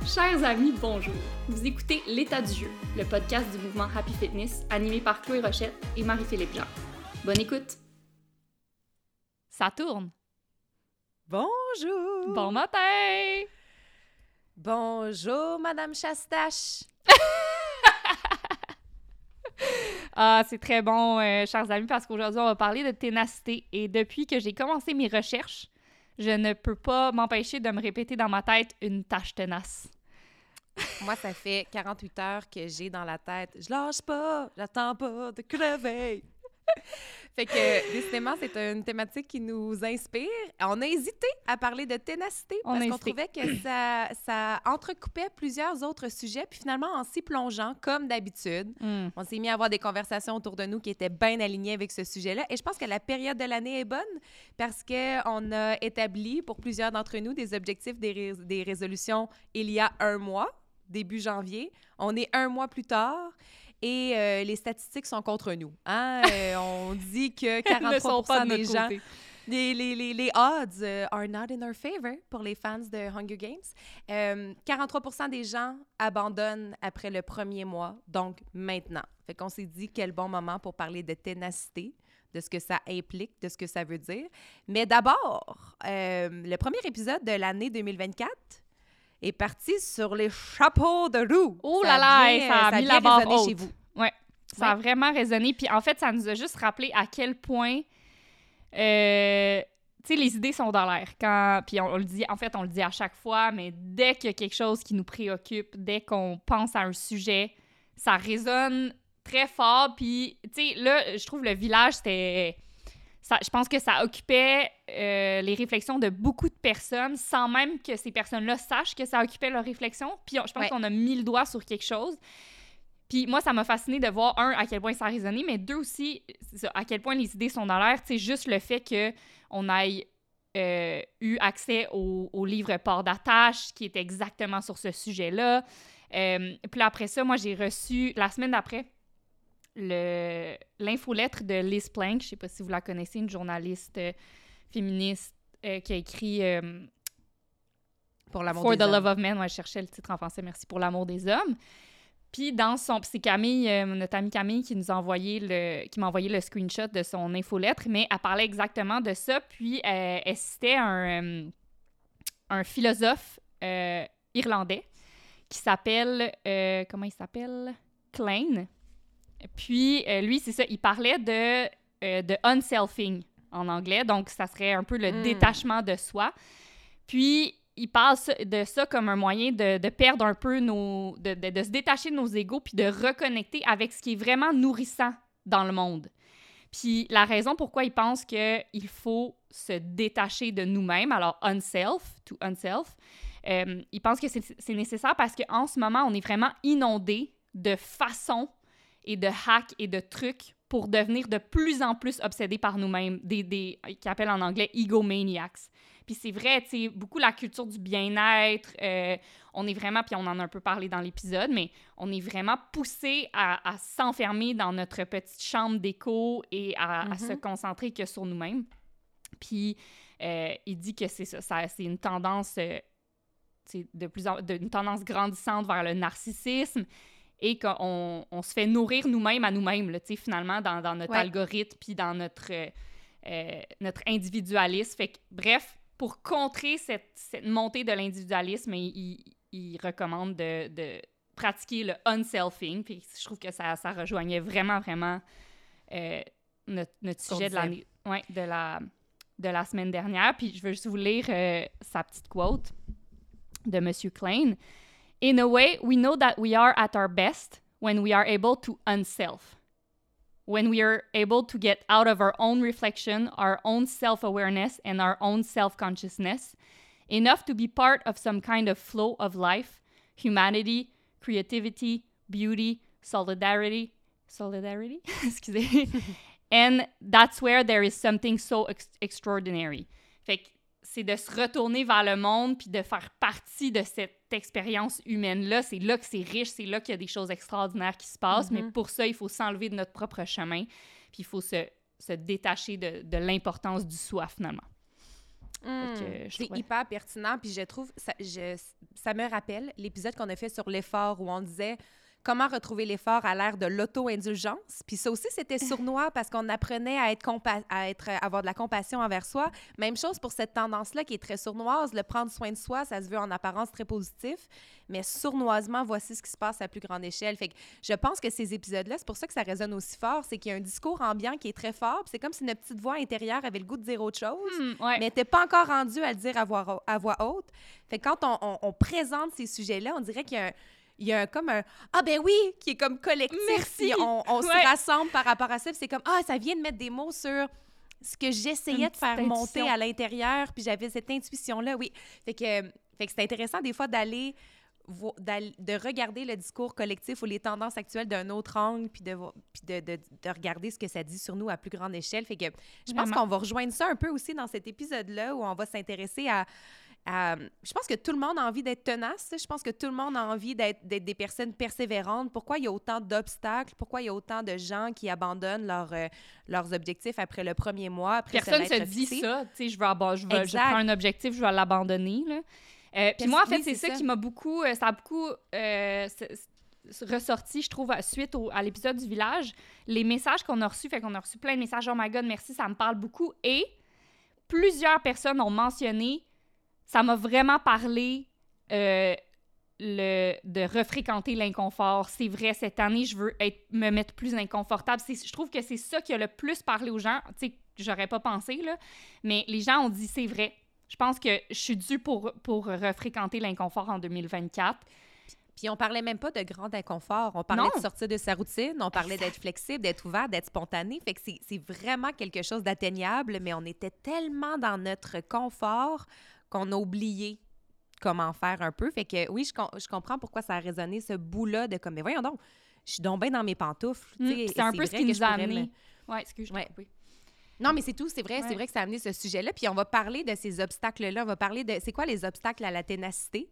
Chers amis, bonjour! Vous écoutez L'état du jeu, le podcast du mouvement Happy Fitness, animé par Chloé Rochette et Marie-Philippe Jean. Bonne écoute! Ça tourne! Bonjour! Bon matin! Bonjour, Madame Chastache! Ah, c'est très bon, chers amis, parce qu'aujourd'hui, on va parler de ténacité. Et depuis que j'ai commencé mes recherches, je ne peux pas m'empêcher de me répéter dans ma tête une tâche tenace. Moi, ça fait 48 heures que j'ai dans la tête « Je lâche pas, j'attends pas de crever ». Fait que, décidément, c'est une thématique qui nous inspire. On a hésité à parler de ténacité parce qu'on trouvait que ça entrecoupait plusieurs autres sujets. Puis finalement, en s'y plongeant, comme d'habitude, on s'est mis à avoir des conversations autour de nous qui étaient bien alignées avec ce sujet-là. Et je pense que la période de l'année est bonne parce qu'on a établi pour plusieurs d'entre nous des objectifs, des résolutions il y a un mois, début janvier. On est un mois plus tard. Et les statistiques sont contre nous. Hein? On dit que 43% des gens... Les odds are not in our favor pour les fans de Hunger Games. 43% des gens abandonnent après le premier mois, donc maintenant. Fait qu'on s'est dit quel bon moment pour parler de ténacité, de ce que ça implique, de ce que ça veut dire. Mais d'abord, le premier épisode de l'année 2024... est parti sur les chapeaux de roue. Oh là là, ça a mis la barre haute. Chez vous. Ouais, ça a vraiment résonné. Puis en fait, ça nous a juste rappelé à quel point, tu sais, les idées sont dans l'air. Puis on le dit, en fait, on le dit à chaque fois, mais dès qu'il y a quelque chose qui nous préoccupe, dès qu'on pense à un sujet, ça résonne très fort. Puis, tu sais, là, je trouve le village, c'était... je pense que ça occupait les réflexions de beaucoup de personnes sans même que ces personnes-là sachent que ça occupait leurs réflexions. Puis je pense qu'on a mis le doigt sur quelque chose. Puis moi, ça m'a fasciné de voir, un, à quel point ça a résonné, mais deux aussi, à quel point les idées sont dans l'air. Tu sais, juste le fait qu'on ait eu accès au livre Port d'attache, qui est exactement sur ce sujet-là. Puis après ça, moi, j'ai reçu, la semaine d'après, l'infolettre de Liz Plank, je ne sais pas si vous la connaissez, une journaliste féministe qui a écrit Pour l'amour For des the hommes. Love of Men, je cherchais le titre en français, merci, Pour l'amour des hommes. Puis c'est Camille, notre amie Camille, qui m'a envoyé le screenshot de son infolettre, mais elle parlait exactement de ça, puis elle citait un philosophe irlandais qui s'appelle, comment il s'appelle? Klein. Puis, lui, c'est ça, il parlait de unselfing en anglais, donc ça serait un peu le détachement de soi. Puis, il parle de ça comme un moyen de perdre un peu de se détacher de nos égos puis de reconnecter avec ce qui est vraiment nourrissant dans le monde. Puis, la raison pourquoi il pense qu'il faut se détacher de nous-mêmes, alors to unself, il pense que c'est nécessaire parce qu'en ce moment, on est vraiment inondé de façons et de hacks et de trucs pour devenir de plus en plus obsédés par nous-mêmes, qu'ils appellent en anglais « egomaniacs ». Puis c'est vrai, tu sais, beaucoup la culture du bien-être, on est vraiment, puis on en a un peu parlé dans l'épisode, mais on est vraiment poussé à s'enfermer dans notre petite chambre d'écho et à se concentrer que sur nous-mêmes. Puis il dit que c'est ça c'est une tendance, une tendance grandissante vers le narcissisme, et qu'on se fait nourrir nous-mêmes à nous-mêmes, là, finalement, dans notre algorithme, puis dans notre individualisme. Fait que, bref, pour contrer cette montée de l'individualisme, il recommande de pratiquer le unselfing. Puis je trouve que ça rejoignait vraiment, vraiment notre sujet de l'année, de la semaine dernière. Puis je veux juste vous lire sa petite quote de M. Klein. In a way, we know that we are at our best when we are able to unself. When we are able to get out of our own reflection, our own self-awareness, and our own self-consciousness, enough to be part of some kind of flow of life, humanity, creativity, beauty, solidarity, excusez, and that's where there is something so extraordinary. Fait que c'est de se retourner vers le monde puis de faire partie de cette expérience humaine-là. C'est là que c'est riche, c'est là qu'il y a des choses extraordinaires qui se passent, mais pour ça, il faut s'enlever de notre propre chemin puis il faut se détacher de l'importance du soi, finalement. C'est hyper pertinent, puis je trouve, ça me rappelle l'épisode qu'on a fait sur l'effort où on disait comment retrouver l'effort à l'ère de l'auto-indulgence. Puis ça aussi, c'était sournois parce qu'on apprenait à avoir de la compassion envers soi. Même chose pour cette tendance-là qui est très sournoise. Le prendre soin de soi, ça se veut en apparence très positif, mais sournoisement, voici ce qui se passe à plus grande échelle. Fait que je pense que ces épisodes-là, c'est pour ça que ça résonne aussi fort, c'est qu'il y a un discours ambiant qui est très fort, puis c'est comme si notre petite voix intérieure avait le goût de dire autre chose, mais n'était pas encore rendue à le dire à voix haute. Fait que quand on présente ces sujets-là, on dirait qu'il y a comme un « Ah ben oui » qui est comme collectif. Merci! On se rassemble par rapport à ça. Puis c'est comme « Ah, ça vient de mettre des mots sur ce que j'essayais de faire monter à l'intérieur. » Puis j'avais cette intuition-là, oui. Fait que c'est intéressant des fois de regarder le discours collectif ou les tendances actuelles d'un autre angle, puis de regarder ce que ça dit sur nous à plus grande échelle. Fait que je pense qu'on va rejoindre ça un peu aussi dans cet épisode-là où on va s'intéresser à je pense que tout le monde a envie d'être tenace. Je pense que tout le monde a envie d'être des personnes persévérantes. Pourquoi il y a autant d'obstacles? Pourquoi il y a autant de gens qui abandonnent leurs objectifs après le premier mois? Après personne se dit ça. Tu sais, je prends un objectif, je vais l'abandonner. Puis moi, en fait, c'est ça qui m'a beaucoup... ça a beaucoup ressorti, je trouve, suite à l'épisode du village. Les messages qu'on a reçus, fait qu'on a reçu plein de messages. « Oh my God, merci, ça me parle beaucoup. » Et plusieurs personnes ont mentionné ça m'a vraiment parlé de refréquenter l'inconfort. C'est vrai, cette année, je veux me mettre plus inconfortable. Je trouve que c'est ça qui a le plus parlé aux gens. Tu sais, j'aurais pas pensé, là. Mais les gens ont dit, c'est vrai. Je pense que je suis due pour refréquenter l'inconfort en 2024. Puis on parlait même pas de grand inconfort. On parlait de sortir de sa routine. On parlait d'être flexible, d'être ouvert, d'être spontané. Fait que c'est vraiment quelque chose d'atteignable, mais on était tellement dans notre confort qu'on a oublié comment faire un peu. Fait que oui, je comprends pourquoi ça a résonné, ce bout-là de comme, mais voyons donc, je suis donc bien dans mes pantoufles. C'est un peu ce qui nous a amené. Oui, excuse-moi. Non, mais c'est tout, c'est vrai que ça a amené ce sujet-là. Puis on va parler de ces obstacles-là. On va parler de c'est quoi les obstacles à la ténacité.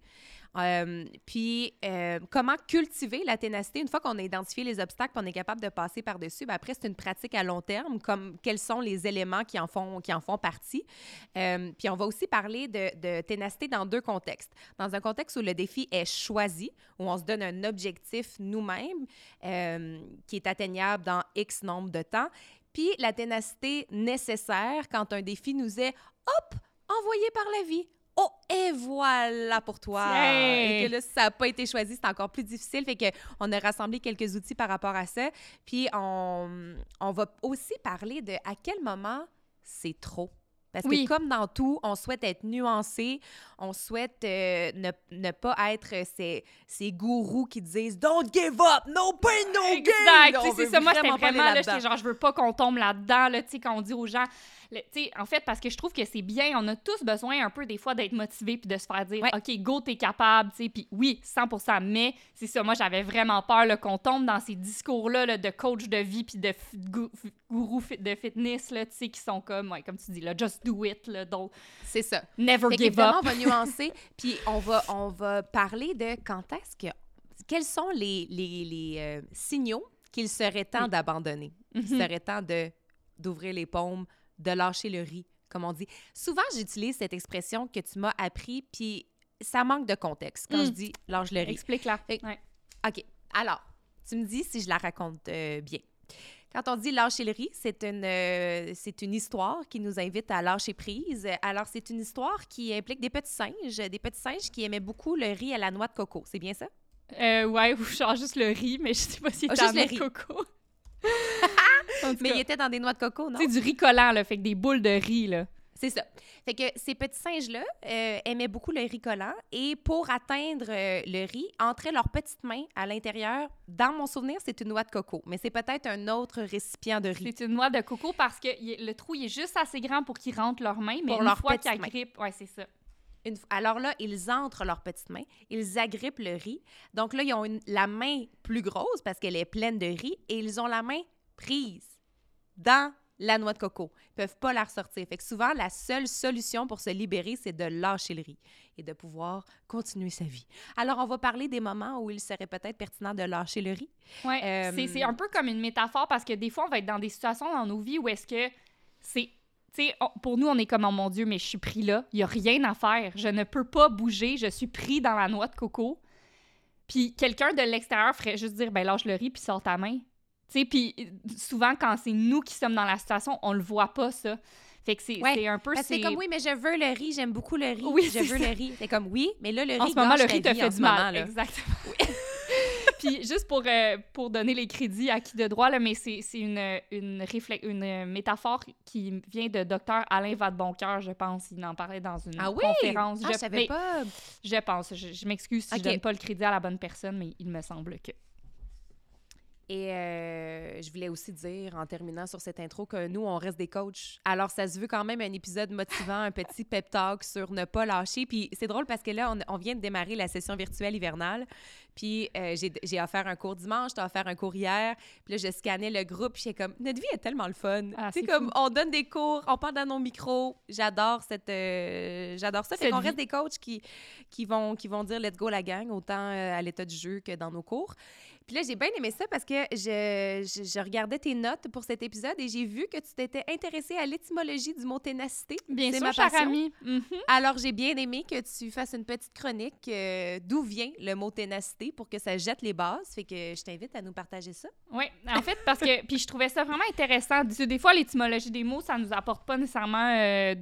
Puis comment cultiver la ténacité. Une fois qu'on a identifié les obstacles, on est capable de passer par-dessus. Bien, après, c'est une pratique à long terme, comme quels sont les éléments qui en font partie. Puis on va aussi parler de ténacité dans deux contextes. Dans un contexte où le défi est choisi, où on se donne un objectif nous-mêmes qui est atteignable dans X nombre de temps. Puis la ténacité nécessaire quand un défi nous est, hop, envoyé par la vie. Oh, et voilà pour toi! Et que là, si ça n'a pas été choisi, c'est encore plus difficile. Fait qu'on a rassemblé quelques outils par rapport à ça. Puis on va aussi parler de à quel moment c'est trop. Parce que comme dans tout, on souhaite être nuancé, on souhaite ne pas être ces gourous qui disent « Don't give up, no pain, no gain! » Exact, c'est ça, moi c'était vraiment, là, j'étais genre, je veux pas qu'on tombe là-dedans, là, tu sais, quand on dit aux gens... En fait, parce que je trouve que c'est bien, on a tous besoin un peu des fois d'être motivés puis de se faire dire OK, go, t'es capable, tu sais, puis oui, 100%, mais c'est ça, moi j'avais vraiment peur là, qu'on tombe dans ces discours-là là, de coach de vie puis de gourou de fitness, là, tu sais, qui sont comme tu dis, là, just do it, là, donc... C'est ça. Never give up. On va nuancer, puis on va parler de quels sont les signaux qu'il serait temps d'abandonner, qu'il serait temps d'ouvrir les paumes, de lâcher le riz, comme on dit. Souvent, j'utilise cette expression que tu m'as appris, puis ça manque de contexte quand je dis « lâche le riz ». Explique-la. OK. Alors, tu me dis si je la raconte bien. Quand on dit « lâcher le riz », c'est une histoire qui nous invite à lâcher prise. Alors, c'est une histoire qui implique des petits singes qui aimaient beaucoup le riz à la noix de coco. C'est bien ça? Ouais, ou genre juste le riz, mais je sais pas si c'est à la noix de coco. Mais il était dans des noix de coco, non? C'est du riz collant, là, fait que des boules de riz, là. C'est ça. Fait que ces petits singes-là aimaient beaucoup le riz collant et pour atteindre le riz, entraient leurs petites mains à l'intérieur. Dans mon souvenir, c'est une noix de coco, mais c'est peut-être un autre récipient de riz. C'est une noix de coco parce que le trou il est juste assez grand pour qu'ils rentrent leurs mains, mais une fois qu'ils agrippent... Ouais, c'est ça. Alors là, ils entrent leurs petites mains, ils agrippent le riz. Donc là, ils ont la main plus grosse parce qu'elle est pleine de riz et ils ont la main prise dans la noix de coco. Ils ne peuvent pas la ressortir. Fait que souvent, la seule solution pour se libérer, c'est de lâcher le riz et de pouvoir continuer sa vie. Alors, on va parler des moments où il serait peut-être pertinent de lâcher le riz. Oui, c'est un peu comme une métaphore parce que des fois, on va être dans des situations dans nos vies où est-ce que c'est tu sais, pour nous, on est comme, oh mon Dieu, mais je suis pris là. Il n'y a rien à faire. Je ne peux pas bouger. Je suis pris dans la noix de coco. Puis quelqu'un de l'extérieur ferait juste dire, ben lâche le riz puis sors ta main. Tu sais, puis souvent, quand c'est nous qui sommes dans la situation, on le voit pas, ça. Fait que c'est un peu... C'est comme, oui, mais je veux le riz, j'aime beaucoup le riz, oui, je veux le riz. C'est comme, oui, mais là, le riz, en ce moment, le riz te fait du mal. Là. Exactement. Oui. Puis juste pour donner les crédits à qui de droit, là, mais c'est une métaphore qui vient de Dr Alain Vadeboncoeur, je pense. Il en parlait dans une conférence. Je savais pas. Je pense. Je m'excuse si je donne pas le crédit à la bonne personne, mais il me semble que... Et je voulais aussi dire, en terminant sur cette intro, que nous, on reste des coachs. Alors, ça se veut quand même un épisode motivant, un petit pep talk sur ne pas lâcher. Puis c'est drôle parce que là, on vient de démarrer la session virtuelle hivernale. Puis j'ai offert un cours dimanche, t'as offert un cours hier. Puis là, je scannais le groupe. Puis j'étais comme, notre vie est tellement le fun. Tu sais, comme, on donne des cours, on parle dans nos micros. J'adore ça. Fait qu'on reste des coachs qui vont dire « let's go la gang », autant à l'état du jeu que dans nos cours. Puis là, j'ai bien aimé ça parce que je regardais tes notes pour cet épisode et j'ai vu que tu t'étais intéressée à l'étymologie du mot ténacité. Bien sûr, chère amie. Alors, j'ai bien aimé que tu fasses une petite chronique d'où vient le mot ténacité pour que ça jette les bases. Fait que je t'invite à nous partager ça. Oui, en fait, parce que puis je trouvais ça vraiment intéressant. Des fois, l'étymologie des mots, ça nous apporte pas nécessairement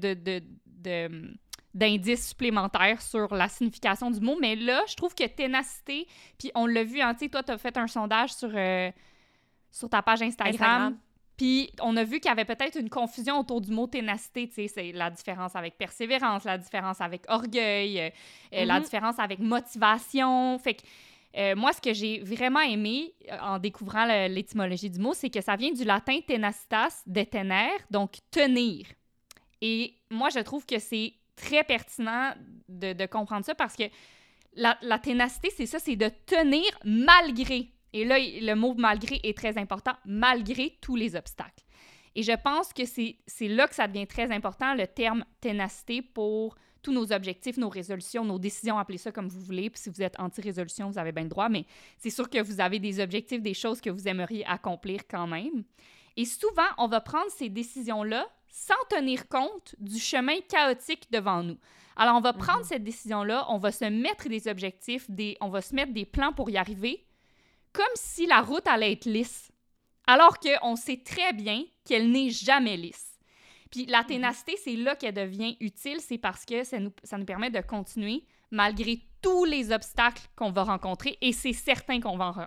d'indices supplémentaires sur la signification du mot, mais là, je trouve que ténacité, puis on l'a vu, hein, tu sais, toi, t'as fait un sondage sur ta page Instagram. Puis on a vu qu'il y avait peut-être une confusion autour du mot ténacité, tu sais, c'est la différence avec persévérance, la différence avec orgueil, la différence avec motivation. Fait que moi, ce que j'ai vraiment aimé en découvrant l'étymologie du mot, c'est que ça vient du latin tenacitas, de tener, donc tenir. Et moi, je trouve que c'est très pertinent de comprendre ça parce que la ténacité, c'est ça, c'est de tenir malgré. Et là, le mot « malgré » est très important, malgré tous les obstacles. Et je pense que c'est là que ça devient très important, le terme ténacité pour tous nos objectifs, nos résolutions, nos décisions, appelez ça comme vous voulez. Puis si vous êtes anti-résolution, vous avez bien le droit, mais c'est sûr que vous avez des objectifs, des choses que vous aimeriez accomplir quand même. Et souvent, on va prendre ces décisions-là sans tenir compte du chemin chaotique devant nous. Alors, on va prendre cette décision-là, on va se mettre des objectifs, on va se mettre des plans pour y arriver, comme si la route allait être lisse, alors qu'on sait très bien qu'elle n'est jamais lisse. Puis la ténacité, c'est là qu'elle devient utile, c'est parce que ça nous permet de continuer malgré tous les obstacles qu'on va rencontrer, et c'est certain qu'on va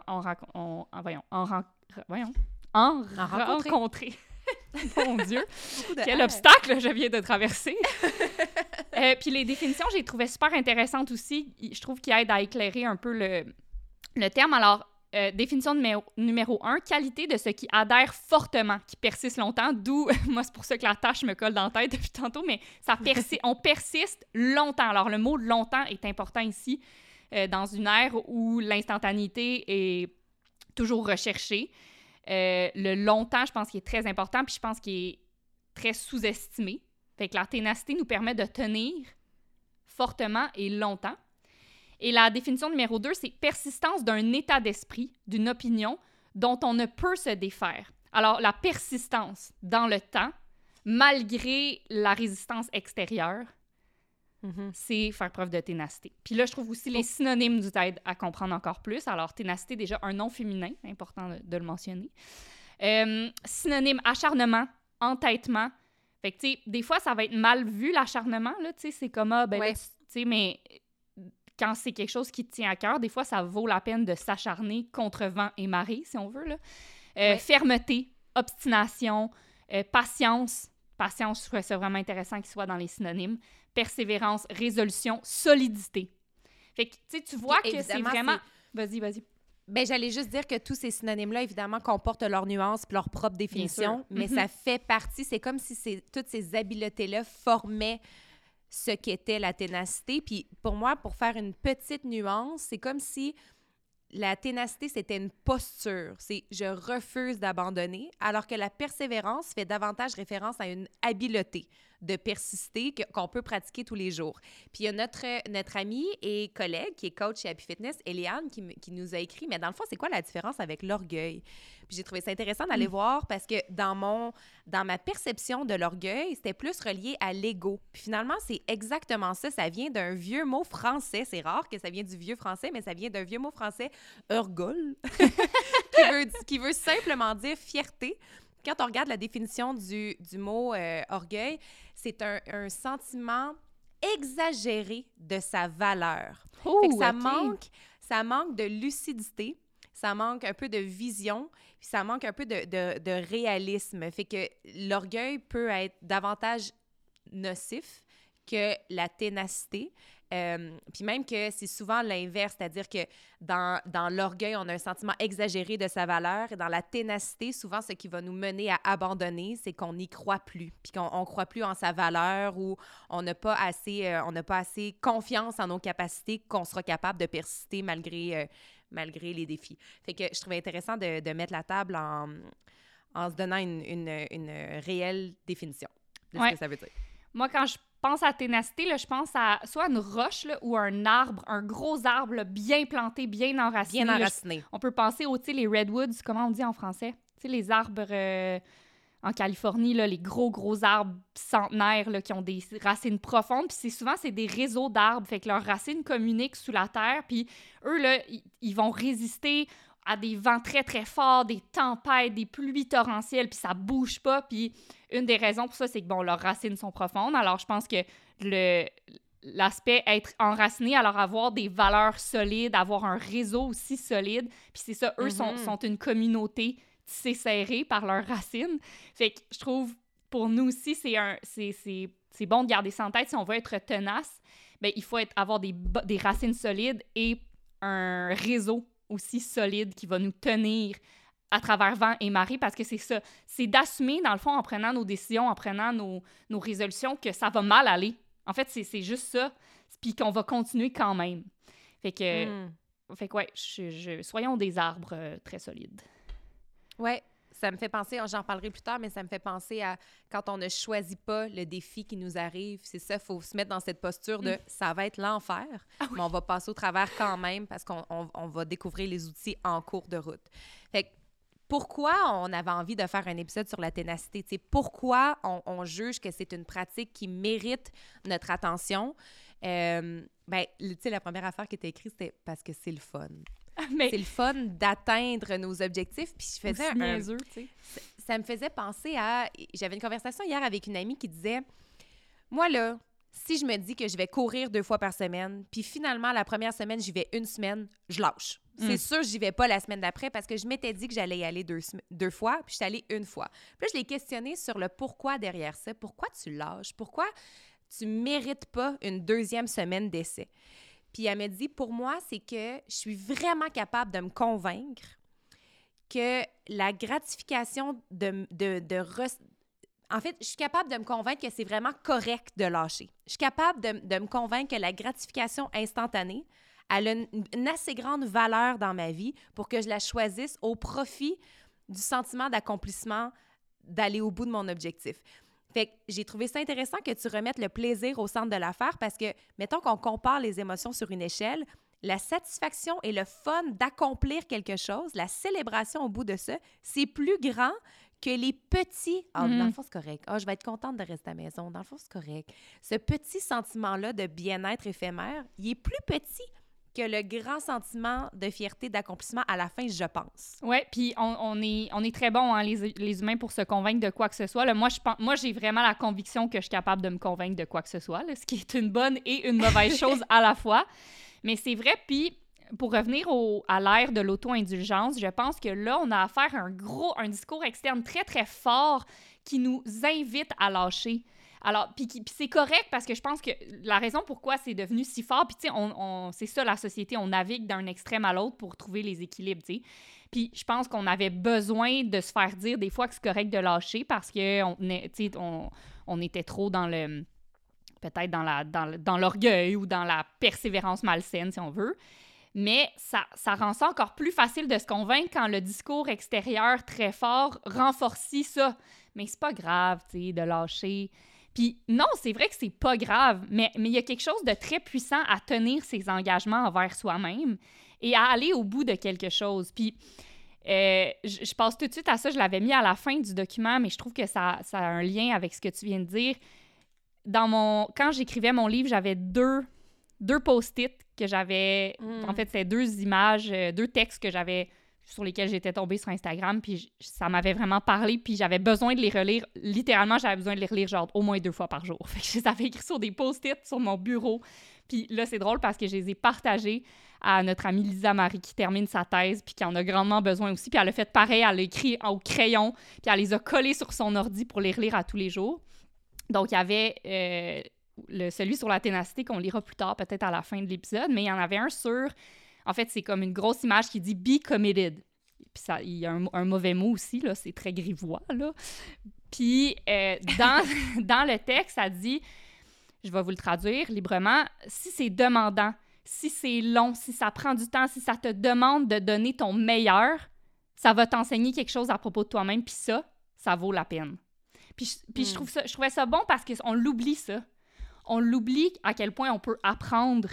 en rencontrer. Mon Dieu, quel obstacle je viens de traverser. Puis les définitions, j'ai trouvé super intéressantes aussi. Je trouve qu'ils aident à éclairer un peu le terme. Alors, définition numéro 1, qualité de ce qui adhère fortement, qui persiste longtemps, d'où, moi, c'est pour ça que la tâche me colle dans la tête depuis tantôt, mais on persiste longtemps. Alors, le mot « longtemps » est important ici, dans une ère où l'instantanéité est toujours recherchée. Le longtemps, je pense qu'il est très important, puis je pense qu'il est très sous-estimé. Fait que la ténacité nous permet de tenir fortement et longtemps. Et la définition numéro 2, c'est persistance d'un état d'esprit, d'une opinion dont on ne peut se défaire. Alors, la persistance dans le temps, malgré la résistance extérieure, c'est faire preuve de ténacité. Puis là, je trouve aussi les synonymes nous aident à comprendre encore plus. Alors, ténacité, déjà, un nom féminin, important de le mentionner. Synonyme, acharnement, entêtement. Fait que, tu sais, des fois, ça va être mal vu, l'acharnement, là, tu sais, c'est comme, tu sais, mais quand c'est quelque chose qui te tient à cœur, des fois, ça vaut la peine de s'acharner contre vent et marée, si on veut, là. Fermeté, obstination, patience. Patience, je trouve ça vraiment intéressant qu'il soit dans les synonymes. Persévérance, résolution, solidité. Fait que, tu sais, tu vois que c'est vraiment... Vas-y. Ben, j'allais juste dire que tous ces synonymes-là, évidemment, comportent leurs nuances et leur propre définition, mais ça fait partie, c'est comme si toutes ces habiletés-là formaient ce qu'était la ténacité. Puis pour moi, pour faire une petite nuance, c'est comme si la ténacité, c'était une posture. C'est « je refuse d'abandonner », alors que la persévérance fait davantage référence à une habileté. de persister qu'on peut pratiquer tous les jours. Puis il y a notre amie et collègue qui est coach chez Happy Fitness, Eliane, qui nous a écrit, mais dans le fond, c'est quoi la différence avec l'orgueil? Puis j'ai trouvé ça intéressant d'aller voir parce que dans ma perception de l'orgueil, c'était plus relié à l'ego. Puis finalement, c'est exactement ça. Ça vient d'un vieux mot français. C'est rare que ça vienne du vieux français, mais ça vient d'un vieux mot français, orgueil, qui veut simplement dire fierté. Quand on regarde la définition du mot orgueil, c'est un sentiment exagéré de sa valeur. Fait que ça manque de lucidité, ça manque un peu de vision, puis ça manque un peu de réalisme. Fait que l'orgueil peut être davantage nocif que la ténacité. Puis même que c'est souvent l'inverse, c'est-à-dire que dans l'orgueil, on a un sentiment exagéré de sa valeur, et dans la ténacité, souvent, ce qui va nous mener à abandonner, c'est qu'on n'y croit plus, puis qu'on ne croit plus en sa valeur ou on n'a pas assez confiance en nos capacités qu'on sera capable de persister malgré les défis. Fait que je trouvais intéressant de mettre la table en se donnant une réelle définition de ce que ça veut dire. Moi, quand je pense à ténacité, là, je pense à soit une roche là, ou un arbre, un gros arbre là, bien planté, bien enraciné. Bien enraciné. On peut penser aux, les redwoods, comment on dit en français? Tu sais, les arbres en Californie, là, les gros arbres centenaires là, qui ont des racines profondes. Puis souvent, c'est des réseaux d'arbres. Fait que leurs racines communiquent sous la terre. Puis eux, là, ils vont résister à des vents très, très forts, des tempêtes, des pluies torrentielles, puis ça bouge pas. Puis une des raisons pour ça, c'est que, bon, leurs racines sont profondes. Alors, je pense que l'aspect être enraciné, alors avoir des valeurs solides, avoir un réseau aussi solide, puis c'est ça, eux sont une communauté tissée serrée par leurs racines. Fait que je trouve, pour nous aussi, c'est bon de garder ça en tête. Si on veut être tenace, bien, il faut avoir des racines solides et un réseau aussi solide qui va nous tenir à travers vent et marée, parce que c'est ça. C'est d'assumer, dans le fond, en prenant nos décisions, en prenant nos résolutions, que ça va mal aller. En fait, c'est juste ça. Puis qu'on va continuer quand même. Fait que, soyons des arbres très solides. Ouais. Ça me fait penser, j'en parlerai plus tard, mais ça me fait penser à quand on ne choisit pas le défi qui nous arrive. C'est ça, il faut se mettre dans cette posture de ça va être l'enfer, mais on va passer au travers quand même parce qu'on va découvrir les outils en cours de route. Fait que, pourquoi on avait envie de faire un épisode sur la ténacité? T'sais, pourquoi on juge que c'est une pratique qui mérite notre attention? La première affaire qui était écrite, c'était parce que c'est le fun. Mais c'est le fun d'atteindre nos objectifs. Puis je faisais niaiseux, ça me faisait penser à... J'avais une conversation hier avec une amie qui disait, moi, là, si je me dis que je vais courir 2 fois par semaine, puis finalement, la première semaine, j'y vais 1 semaine, je lâche. C'est sûr, j'y vais pas la semaine d'après parce que je m'étais dit que j'allais y aller 2 fois, puis je suis allée 1 fois. Puis là, je l'ai questionnée sur le pourquoi derrière ça. Pourquoi tu lâches? Pourquoi tu mérites pas une 2e semaine d'essai? Puis elle m'a dit, pour moi, c'est que je suis vraiment capable de me convaincre que la gratification En fait, je suis capable de me convaincre que c'est vraiment correct de lâcher. Je suis capable de me convaincre que la gratification instantanée, elle a une assez grande valeur dans ma vie pour que je la choisisse au profit du sentiment d'accomplissement, d'aller au bout de mon objectif. Fait que j'ai trouvé ça intéressant que tu remettes le plaisir au centre de l'affaire parce que, mettons qu'on compare les émotions sur une échelle, la satisfaction et le fun d'accomplir quelque chose, la célébration au bout de ça, c'est plus grand que les petits... dans le fond, c'est correct. Je vais être contente de rester à la maison. Dans le fond, c'est correct. Ce petit sentiment-là de bien-être éphémère, il est plus petit que le grand sentiment de fierté, d'accomplissement à la fin, je pense. Oui, puis on est très bons, hein, les humains, pour se convaincre de quoi que ce soit. Là, moi, j'ai vraiment la conviction que je suis capable de me convaincre de quoi que ce soit, là, ce qui est une bonne et une mauvaise chose à la fois. Mais c'est vrai, puis pour revenir à l'ère de l'auto-indulgence, je pense que là, on a affaire à un discours externe très, très fort qui nous invite à lâcher. Alors, puis c'est correct parce que je pense que la raison pourquoi c'est devenu si fort, puis tu sais, c'est ça la société, on navigue d'un extrême à l'autre pour trouver les équilibres, tu sais. Puis je pense qu'on avait besoin de se faire dire des fois que c'est correct de lâcher parce qu'on était trop dans le... peut-être dans l'orgueil ou dans la persévérance malsaine, si on veut. Mais ça rend ça encore plus facile de se convaincre quand le discours extérieur très fort renforcit ça. Mais c'est pas grave, tu sais, de lâcher. Puis non, c'est vrai que c'est pas grave, mais il y a quelque chose de très puissant à tenir ses engagements envers soi-même et à aller au bout de quelque chose. Puis je passe tout de suite à ça, je l'avais mis à la fin du document, mais je trouve que ça a un lien avec ce que tu viens de dire. Quand j'écrivais mon livre, j'avais deux post-it que j'avais... En fait, c'était 2 images, 2 textes que j'avais sur lesquels j'étais tombée sur Instagram, puis ça m'avait vraiment parlé, puis j'avais besoin de les relire. Littéralement, j'avais besoin de les relire genre au moins 2 fois par jour. Fait que je les avais écrits sur des post-it sur mon bureau. Puis là, c'est drôle parce que je les ai partagés à notre amie Lisa Marie qui termine sa thèse, puis qui en a grandement besoin aussi. Puis elle a fait pareil, elle a écrit au crayon, puis elle les a collés sur son ordi pour les relire à tous les jours. Donc, il y avait celui sur la ténacité qu'on lira plus tard, peut-être à la fin de l'épisode, mais il y en avait un sur... En fait, c'est comme une grosse image qui dit « Be committed ». Puis ça, il y a un mauvais mot aussi, là, c'est très grivois, là. Puis dans le texte, ça dit, je vais vous le traduire librement, « Si c'est demandant, si c'est long, si ça prend du temps, si ça te demande de donner ton meilleur, ça va t'enseigner quelque chose à propos de toi-même, puis ça vaut la peine. » Puis je trouvais ça bon parce qu'on l'oublie, ça. On l'oublie à quel point on peut apprendre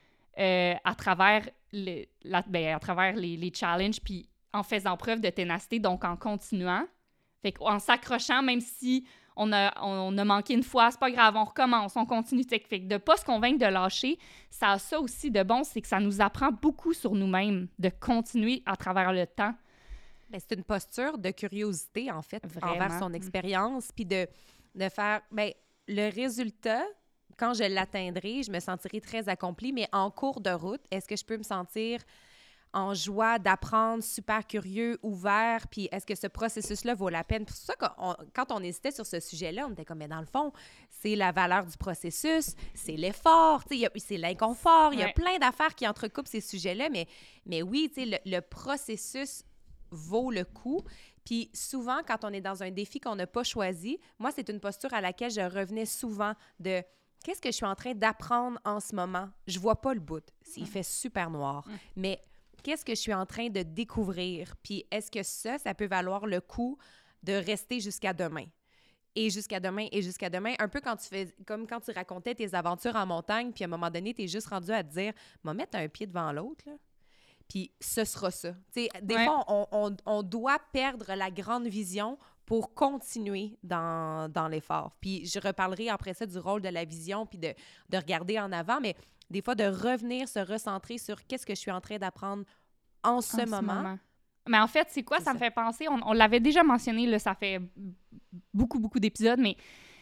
à travers les challenges, puis en faisant preuve de ténacité, donc en continuant. Fait qu'en s'accrochant, même si on a manqué une fois, c'est pas grave, on recommence, on continue. Fait que de pas se convaincre de lâcher, ça a ça aussi de bon, c'est que ça nous apprend beaucoup sur nous-mêmes, de continuer à travers le temps. Bien, c'est une posture de curiosité, en fait, Vraiment. envers son expérience, puis de faire... Bien, le résultat, quand je l'atteindrai, je me sentirai très accomplie, mais en cours de route, est-ce que je peux me sentir en joie d'apprendre, super curieux, ouvert, puis est-ce que ce processus-là vaut la peine? Pour ça, quand on hésitait sur ce sujet-là, on était comme, mais dans le fond, c'est la valeur du processus, c'est l'effort, c'est l'inconfort, il y a plein d'affaires qui entrecoupent ces sujets-là, mais oui, le processus vaut le coup. Puis souvent, quand on est dans un défi qu'on n'a pas choisi, moi, c'est une posture à laquelle je revenais souvent de « Qu'est-ce que je suis en train d'apprendre en ce moment? Je vois pas le bout. Il fait super noir. Mais qu'est-ce que je suis en train de découvrir? Puis est-ce que ça peut valoir le coup de rester jusqu'à demain? Et jusqu'à demain, et jusqu'à demain. Un peu comme quand tu racontais tes aventures en montagne, puis à un moment donné, tu es juste rendu à te dire « M'en mettre un pied devant l'autre, là. » Puis ce sera ça. T'sais, des fois, on doit perdre la grande vision pour continuer dans l'effort. Puis je reparlerai après ça du rôle de la vision puis de regarder en avant, mais des fois, de revenir se recentrer sur qu'est-ce que je suis en train d'apprendre en ce moment. Mais en fait, c'est quoi? Ça me fait penser, on l'avait déjà mentionné, là, ça fait beaucoup, beaucoup d'épisodes, mais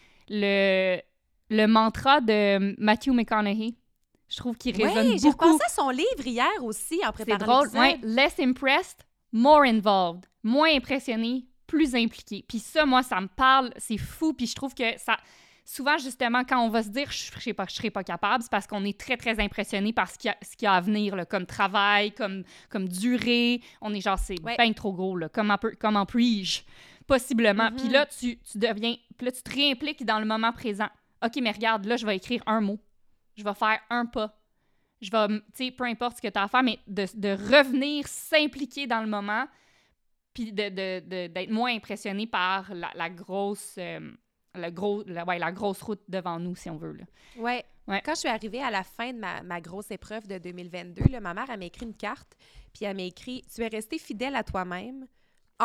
le mantra de Matthew McConaughey, je trouve qu'il résonne beaucoup. Oui, j'ai repensé à son livre hier aussi en préparant l'épisode. C'est drôle, Less impressed, more involved. Moins impressionné, plus impliqué. Puis ça, moi, ça me parle, c'est fou, puis je trouve que ça... Souvent, justement, quand on va se dire « je serai pas capable », c'est parce qu'on est très, très impressionné par ce qu'il y a à venir, là, comme travail, comme durée. On est genre, c'est bien trop gros, là, comment puis-je, possiblement. Puis là, tu deviens... Puis là, tu te réimpliques dans le moment présent. OK, mais regarde, là, je vais écrire un mot. Je vais faire un pas. Je vais, tu sais, peu importe ce que tu as à faire, mais de revenir s'impliquer dans le moment, puis d'être moins impressionné par la grosse route devant nous, si on veut. Oui. Quand je suis arrivée à la fin de ma grosse épreuve de 2022, là, ma mère, elle m'a écrit une carte, puis elle m'a écrit « Tu es resté fidèle à toi-même, engagé ».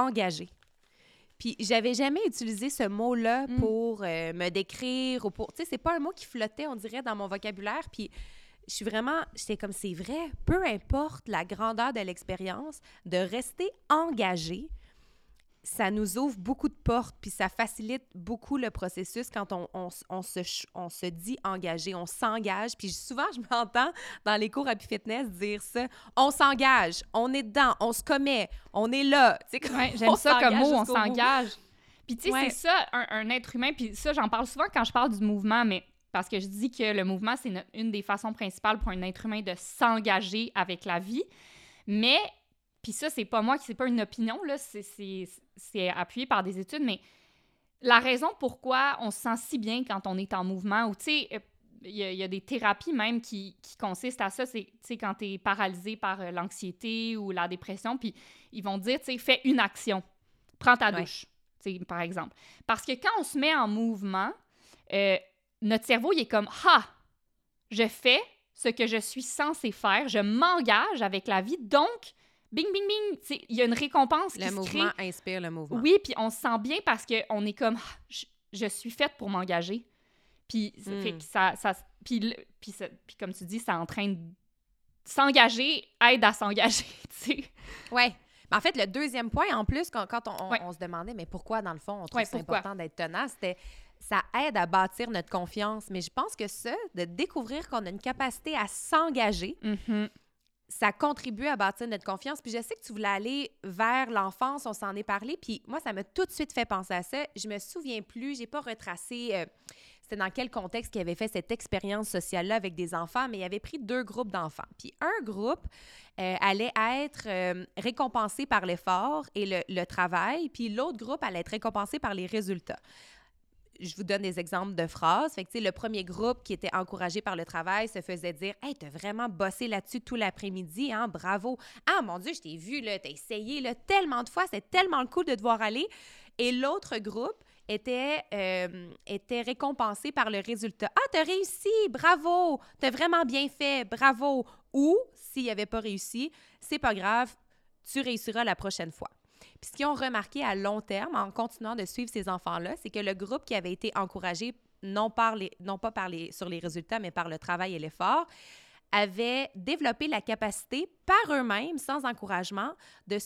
Puis j'avais jamais utilisé ce mot-là pour me décrire ou pour... Tu sais, c'est pas un mot qui flottait, on dirait, dans mon vocabulaire. Puis j'étais comme, c'est vrai, peu importe la grandeur de l'expérience, de rester engagé, ça nous ouvre beaucoup de portes, puis ça facilite beaucoup le processus quand on se dit engagé, on s'engage. Puis souvent, je m'entends dans les cours Happy Fitness dire ça. On s'engage, on est dedans, on se commet, on est là. Ouais, j'aime ça comme mot, on s'engage. Puis tu sais, c'est ça, un être humain, puis ça, j'en parle souvent quand je parle du mouvement, mais parce que je dis que le mouvement, c'est une des façons principales pour un être humain de s'engager avec la vie. Mais... Puis ça, c'est pas moi, c'est pas une opinion, là, c'est appuyé par des études, mais la raison pourquoi on se sent si bien quand on est en mouvement, ou tu sais, il y a des thérapies même qui consistent à ça, c'est, tu sais, quand t'es paralysé par l'anxiété ou la dépression, puis ils vont dire, tu sais, fais une action, prends ta douche, tu sais, par exemple. Parce que quand on se met en mouvement, notre cerveau, il est comme « Ah! Je fais ce que je suis censé faire, je m'engage avec la vie, donc, bing, bing, bing! » Il y a une récompense qui se crée. Le mouvement inspire le mouvement. Oui, puis on se sent bien parce qu'on est comme « Je suis faite pour m'engager. » Puis fait que puis comme tu dis, ça entraîne s'engager, aide à s'engager, tu sais. Ouais. Mais en fait, le deuxième point, en plus, quand on se demandait, mais pourquoi, dans le fond, on trouve ça important d'être tenace, c'était ça aide à bâtir notre confiance. Mais je pense que ça, de découvrir qu'on a une capacité à s'engager, ça contribue à bâtir notre confiance. Puis je sais que tu voulais aller vers l'enfance, on s'en est parlé, puis moi, ça m'a tout de suite fait penser à ça. Je me souviens plus, j'ai pas retracé... c'était dans quel contexte qu'il avait fait cette expérience sociale-là avec des enfants, mais il avait pris 2 groupes d'enfants. Puis un groupe allait être récompensé par l'effort et le travail, puis l'autre groupe allait être récompensé par les résultats. Je vous donne des exemples de phrases. Fait que, tu sais, le premier groupe qui était encouragé par le travail se faisait dire « Hey, t'as vraiment bossé là-dessus tout l'après-midi, hein? Bravo! Ah, mon Dieu, je t'ai vu, là, t'as essayé, là, tellement de fois, c'est tellement cool de te voir aller. » Et l'autre groupe était récompensé par le résultat. « Ah, t'as réussi! Bravo! T'as vraiment bien fait! Bravo! » Ou, s'il n'avait pas réussi, « C'est pas grave, tu réussiras la prochaine fois. » Puis ce qu'ils ont remarqué à long terme, en continuant de suivre ces enfants-là, c'est que le groupe qui avait été encouragé, non pas sur les résultats, mais par le travail et l'effort, avait développé la capacité, par eux-mêmes, sans encouragement, de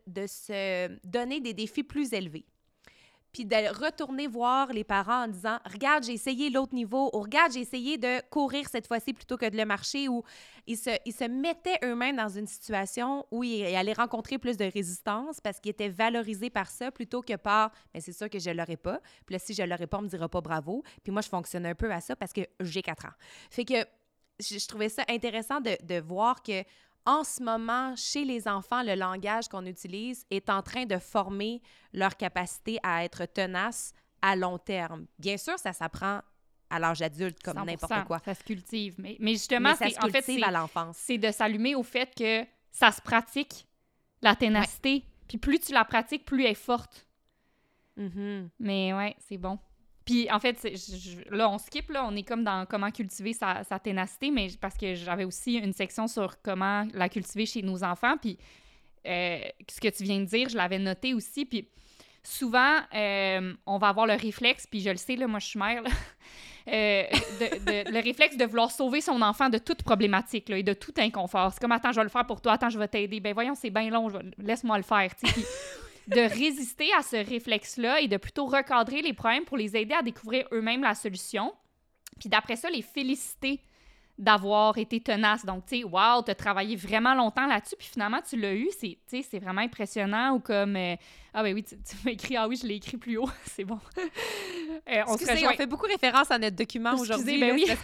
se donner des défis plus élevés. Puis de retourner voir les parents en disant « Regarde, j'ai essayé l'autre niveau » ou « Regarde, j'ai essayé de courir cette fois-ci plutôt que de le marcher » ou ils se mettaient eux-mêmes dans une situation où ils allaient rencontrer plus de résistance parce qu'ils étaient valorisés par ça plutôt que par « Mais c'est sûr que je ne l'aurais pas. Puis là, si je ne l'aurais pas, on ne me dira pas bravo. » Puis moi, je fonctionne un peu à ça parce que j'ai 4 ans. Fait que je trouvais ça intéressant de voir que en ce moment, chez les enfants, le langage qu'on utilise est en train de former leur capacité à être tenace à long terme. Bien sûr, ça s'apprend à l'âge adulte comme n'importe quoi. Ça se cultive. Mais justement, ça se cultive à l'enfance. C'est de s'allumer au fait que ça se pratique, la ténacité. Ouais. Puis plus tu la pratiques, plus elle est forte. Mais ouais, c'est bon. Puis, en fait, là, on skip, là, on est comme dans comment cultiver sa ténacité, mais parce que j'avais aussi une section sur comment la cultiver chez nos enfants. Puis, ce que tu viens de dire, je l'avais noté aussi. Puis, souvent, on va avoir le réflexe, puis je le sais, là, moi, je suis mère, là, le réflexe de vouloir sauver son enfant de toute problématique là, et de tout inconfort. C'est comme, attends, je vais le faire pour toi, attends, je vais t'aider. Ben voyons, c'est bien long, laisse-moi le faire, tu sais. Puis, de résister à ce réflexe-là et de plutôt recadrer les problèmes pour les aider à découvrir eux-mêmes la solution. Puis d'après ça, les féliciter d'avoir été tenace. Donc, tu sais, wow, t'as travaillé vraiment longtemps là-dessus, puis finalement, tu l'as eu. C'est vraiment impressionnant. Ou comme, ah ben oui, tu m'as écrit, ah oui, je l'ai écrit plus haut. C'est bon. On fait beaucoup référence à notre document aujourd'hui, ben oui. Parce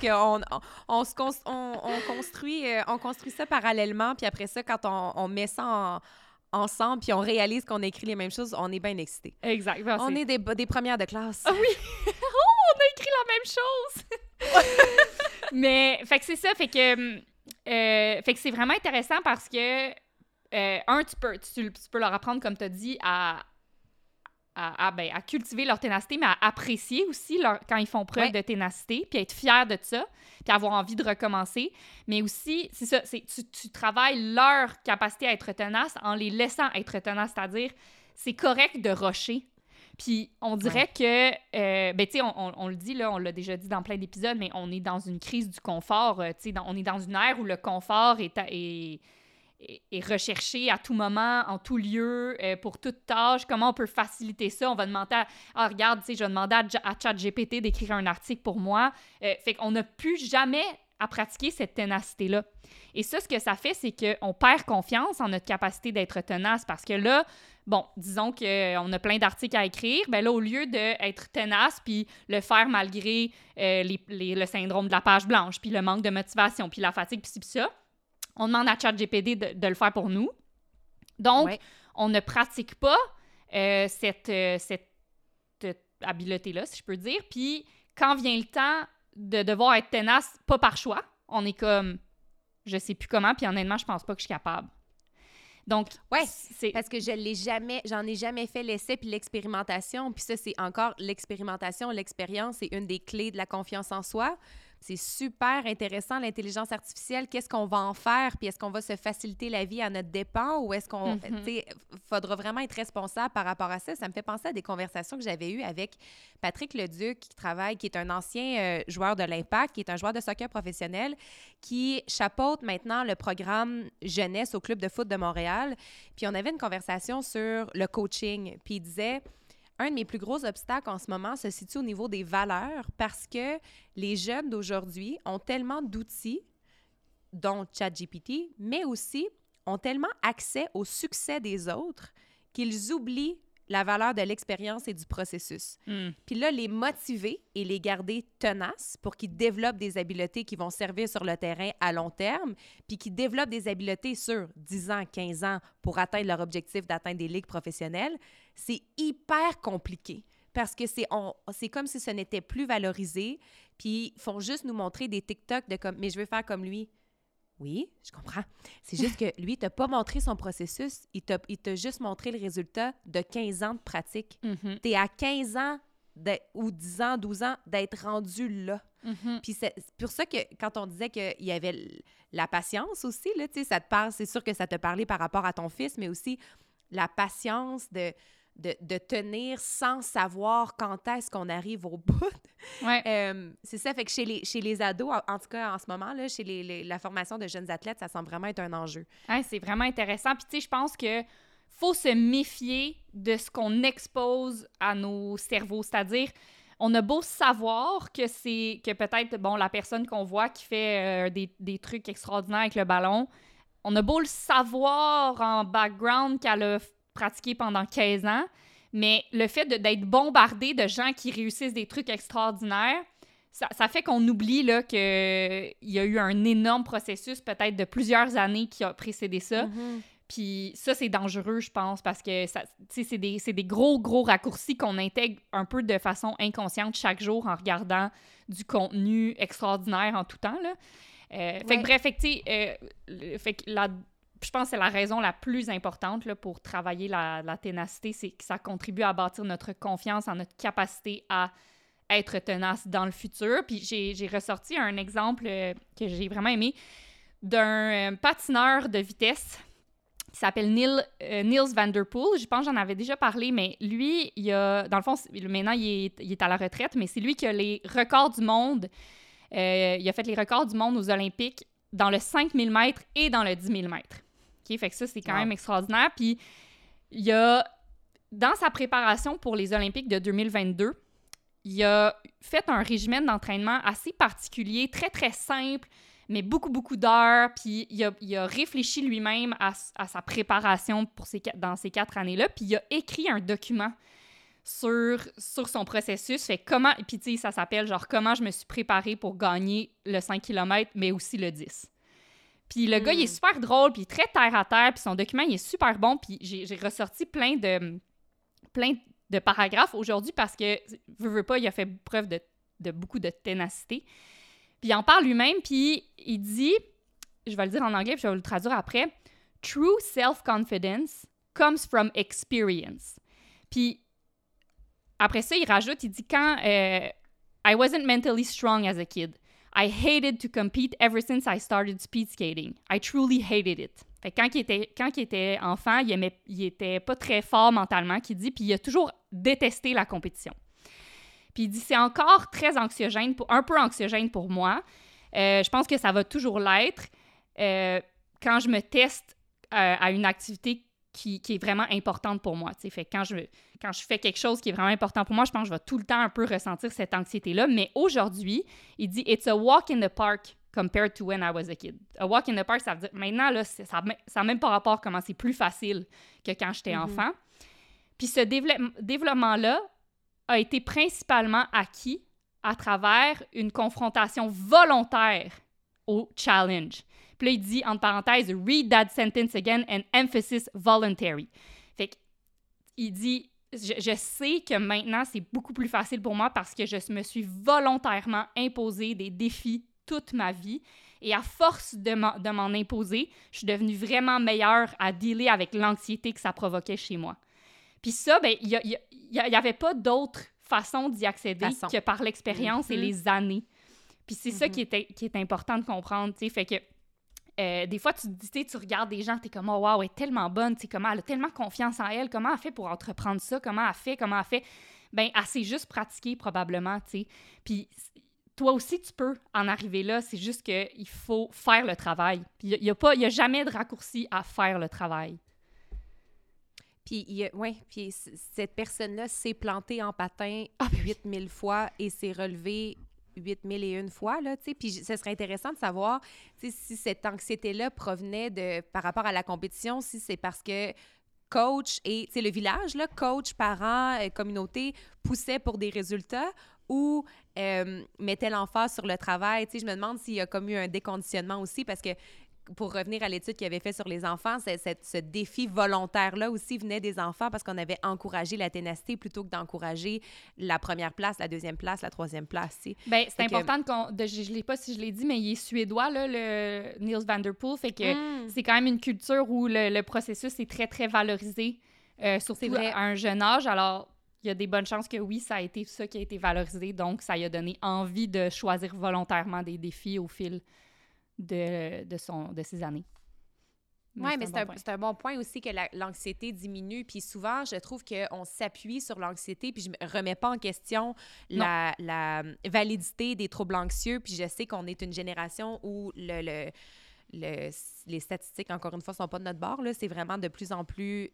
qu'on construit ça parallèlement, puis après ça, quand on met ça ensemble, puis on réalise qu'on a écrit les mêmes choses, on est bien excités. Exact. On est des premières de classe. Ah oui! Oh, on a écrit la même chose! Mais, fait que c'est ça, fait que c'est vraiment intéressant parce que, tu peux leur apprendre, comme tu as dit, à cultiver leur ténacité, mais à apprécier aussi quand ils font preuve de ténacité, puis être fier de ça, puis avoir envie de recommencer. Mais aussi, c'est ça, tu travailles leur capacité à être tenace en les laissant être tenace, c'est-à-dire, c'est correct de rusher. Puis on dirait que, tu sais, on le dit, là, on l'a déjà dit dans plein d'épisodes, mais on est dans une crise du confort, tu sais, on est dans une ère où le confort est recherché à tout moment, en tout lieu, pour toute tâche. Comment on peut faciliter ça? On va demander regarde, tu sais, je vais demander à ChatGPT d'écrire un article pour moi. Fait qu'on n'a plus jamais à pratiquer cette ténacité-là. Et ça, ce que ça fait, c'est qu'on perd confiance en notre capacité d'être tenace parce que là, bon, disons qu'on a plein d'articles à écrire, ben là, au lieu d'être tenace puis le faire malgré le syndrome de la page blanche, puis le manque de motivation, puis la fatigue, puis ça, on demande à ChatGPT de le faire pour nous. Donc, on ne pratique pas cette habileté-là, si je peux dire. Puis, quand vient le temps de devoir être tenace, pas par choix, on est comme, je sais plus comment, puis honnêtement, je pense pas que je suis capable. Donc, ouais, parce que j'en ai jamais fait l'essai puis l'expérimentation. Puis ça, c'est encore l'expérimentation, l'expérience, c'est une des clés de la confiance en soi. C'est super intéressant, l'intelligence artificielle. Qu'est-ce qu'on va en faire? Puis est-ce qu'on va se faciliter la vie à notre dépens ou est-ce qu'on... Tu sais, faudra vraiment être responsable par rapport à ça. Ça me fait penser à des conversations que j'avais eues avec Patrick Leduc, qui est un ancien joueur de l'Impact, qui est un joueur de soccer professionnel, qui chapeaute maintenant le programme jeunesse au Club de foot de Montréal. Puis on avait une conversation sur le coaching. Puis il disait... Un de mes plus gros obstacles en ce moment se situe au niveau des valeurs parce que les jeunes d'aujourd'hui ont tellement d'outils, dont ChatGPT, mais aussi ont tellement accès au succès des autres qu'ils oublient la valeur de l'expérience et du processus. Puis là, les motiver et les garder tenaces pour qu'ils développent des habiletés qui vont servir sur le terrain à long terme, puis qu'ils développent des habiletés sur 10 ans, 15 ans pour atteindre leur objectif d'atteindre des ligues professionnelles, c'est hyper compliqué parce que c'est comme si ce n'était plus valorisé, puis ils font juste nous montrer des TikTok de comme « mais je veux faire comme lui ». Oui, je comprends. C'est juste que lui, il t'a pas montré son processus. Il t'a juste montré le résultat de 15 ans de pratique. T'es à 15 ans ou 10 ans, 12 ans d'être rendu là. Puis c'est pour ça que quand on disait qu'il y avait la patience aussi, là, ça te parle, c'est sûr que ça te parlait par rapport à ton fils, mais aussi la patience de tenir sans savoir quand est-ce qu'on arrive au bout. Ouais. C'est ça, fait que chez les ados, en tout cas en ce moment, là, chez la formation de jeunes athlètes, ça semble vraiment être un enjeu. Ouais, c'est vraiment intéressant. Puis tu sais, je pense que faut se méfier de ce qu'on expose à nos cerveaux. C'est-à-dire, on a beau savoir que peut-être, bon, la personne qu'on voit qui fait des trucs extraordinaires avec le ballon, on a beau le savoir en background qu'elle a pratiqué pendant 15 ans, mais le fait d'être bombardé de gens qui réussissent des trucs extraordinaires, ça fait qu'on oublie là, qu'il y a eu un énorme processus, peut-être de plusieurs années, qui a précédé ça. Puis ça, c'est dangereux, je pense, parce que c'est des gros raccourcis qu'on intègre un peu de façon inconsciente chaque jour en regardant du contenu extraordinaire en tout temps, là. Fait que bref, je pense que c'est la raison la plus importante là, pour travailler la ténacité, c'est que ça contribue à bâtir notre confiance en notre capacité à être tenace dans le futur. Puis j'ai ressorti un exemple que j'ai vraiment aimé d'un patineur de vitesse qui s'appelle Niels van der Poel. Je pense que j'en avais déjà parlé, mais lui, dans le fond, maintenant, il est à la retraite, mais c'est lui qui a les records du monde. Il a fait les records du monde aux Olympiques dans le 5000 mètres et dans le 10 000 mètres. Okay? Fait que ça, c'est quand même extraordinaire. Puis, il a, dans sa préparation pour les Olympiques de 2022, il a fait un régime d'entraînement assez particulier, très, très simple, mais beaucoup d'heures. Puis, il a réfléchi lui-même à sa préparation dans ces 4 années-là. Puis, il a écrit un document sur son processus. Fait comment... Puis, tu sais, ça s'appelle genre « Comment je me suis préparée pour gagner le 5 km, mais aussi le 10 ». Puis le gars, il est super drôle, puis très terre-à-terre, puis son document, il est super bon. Puis j'ai ressorti plein de paragraphes aujourd'hui parce que, veux pas, il a fait preuve de beaucoup de ténacité. Puis il en parle lui-même, puis il dit, je vais le dire en anglais, puis je vais le traduire après, « True self-confidence comes from experience ». Puis après ça, il rajoute, il dit « Quand I wasn't mentally strong as a kid. I hated to compete ever since I started speed skating. I truly hated it. » Fait que quand il était enfant, il était pas très fort mentalement, qu'il dit, puis il a toujours détesté la compétition. Puis il dit, c'est encore très anxiogène, un peu anxiogène pour moi. Je pense que ça va toujours l'être quand je me teste à une activité qui est vraiment importante pour moi. T'sais. Fait que quand je fais quelque chose qui est vraiment important pour moi, je pense que je vais tout le temps un peu ressentir cette anxiété-là. Mais aujourd'hui, il dit « It's a walk in the park compared to when I was a kid ». A walk in the park, ça veut dire maintenant, là, ça n'a même pas rapport à comment c'est plus facile que quand j'étais enfant. Puis ce développement-là a été principalement acquis à travers une confrontation volontaire au challenge. Puis là, il dit, entre parenthèses, « Read that sentence again and emphasis voluntary ». Fait qu'il dit, je sais que maintenant, c'est beaucoup plus facile pour moi parce que je me suis volontairement imposé des défis toute ma vie. Et à force de m'en imposer, je suis devenue vraiment meilleure à dealer avec l'anxiété que ça provoquait chez moi. Puis ça, ben, il y avait pas d'autre façon d'y accéder que par l'expérience et les années. Puis c'est ça qui est important de comprendre, tu sais. Fait que des fois, tu regardes des gens, t'es comme « Oh, wow, elle est tellement bonne, tu sais, comment elle a tellement confiance en elle, comment elle fait pour entreprendre ça, comment elle fait. » Ben, elle s'est juste pratiquée probablement, tu sais. Puis toi aussi, tu peux en arriver là, c'est juste qu'il faut faire le travail. Puis il y a jamais de raccourci à faire le travail. Puis, puis cette personne-là s'est plantée en patin 8000 fois et s'est relevée 8001 fois, là, tu sais. Puis ce serait intéressant de savoir, tu sais, si cette anxiété-là provenait par rapport à la compétition, si c'est parce que coach et, tu sais, le village, là, coach, parents, communauté, poussait pour des résultats ou mettait l'emphase sur le travail. Tu sais, je me demande s'il y a comme eu un déconditionnement aussi parce que pour revenir à l'étude qu'il avait fait sur les enfants, ce défi volontaire-là aussi venait des enfants parce qu'on avait encouragé la ténacité plutôt que d'encourager la première place, la deuxième place, la troisième place. Tu sais. Bien, c'est important je ne sais pas si je l'ai dit, mais il est suédois, là, le Niels van der Poel. Fait que c'est quand même une culture où le processus est très, très valorisé, surtout à un jeune âge. Alors, il y a des bonnes chances que oui, ça a été ça qui a été valorisé. Donc, ça lui a donné envie de choisir volontairement des défis au fil de ses années. Oui, mais c'est un bon point aussi que l'anxiété diminue. Puis souvent, je trouve qu'on s'appuie sur l'anxiété, puis je ne remets pas en question la validité des troubles anxieux. Puis je sais qu'on est une génération où les statistiques, encore une fois, ne sont pas de notre bord. Là. C'est vraiment de plus en plus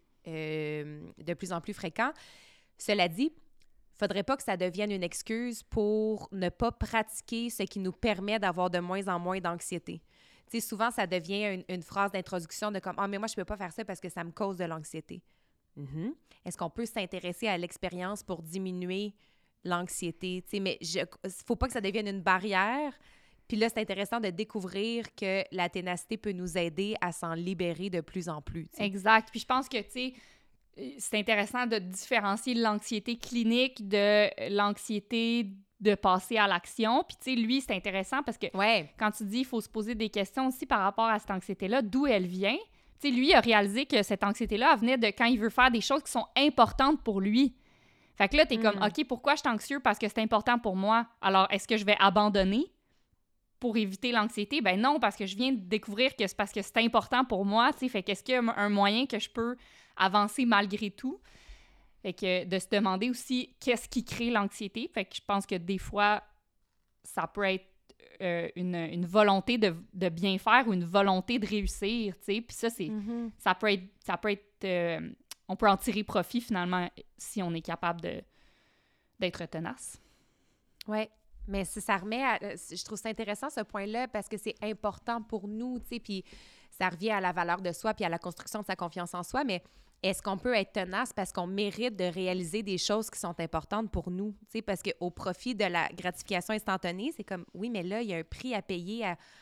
fréquent. Cela dit, il ne faudrait pas que ça devienne une excuse pour ne pas pratiquer ce qui nous permet d'avoir de moins en moins d'anxiété. Tu sais, souvent, ça devient une phrase d'introduction de comme « Ah, mais moi, je ne peux pas faire ça parce que ça me cause de l'anxiété. Est-ce qu'on peut s'intéresser à l'expérience pour diminuer l'anxiété? Tu sais, mais il ne faut pas que ça devienne une barrière. Puis là, c'est intéressant de découvrir que la ténacité peut nous aider à s'en libérer de plus en plus. Tu sais. Exact. Puis je pense que, tu sais, c'est intéressant de différencier l'anxiété clinique de l'anxiété de passer à l'action. Puis, tu sais, lui, c'est intéressant parce que quand tu dis il faut se poser des questions aussi par rapport à cette anxiété-là, d'où elle vient. Tu sais, lui, il a réalisé que cette anxiété-là, elle venait de quand il veut faire des choses qui sont importantes pour lui. Fait que là, t'es comme, OK, pourquoi je suis anxieux? Parce que c'est important pour moi. Alors, est-ce que je vais abandonner pour éviter l'anxiété? Ben non, parce que je viens de découvrir que c'est parce que c'est important pour moi, tu sais. Fait qu'est-ce qu'il y a un moyen que je peux avancer malgré tout? Fait que de se demander aussi qu'est-ce qui crée l'anxiété. Fait que je pense que des fois, ça peut être une volonté de bien faire ou une volonté de réussir, tu sais. Puis ça, c'est ça peut être on peut en tirer profit finalement si on est capable d'être tenace. Oui. Mais ça remet je trouve ça intéressant, ce point-là, parce que c'est important pour nous, tu sais, puis ça revient à la valeur de soi puis à la construction de sa confiance en soi, mais est-ce qu'on peut être tenace parce qu'on mérite de réaliser des choses qui sont importantes pour nous, tu sais, parce qu'au profit de la gratification instantanée, c'est comme, oui, mais là, il y a un prix à payer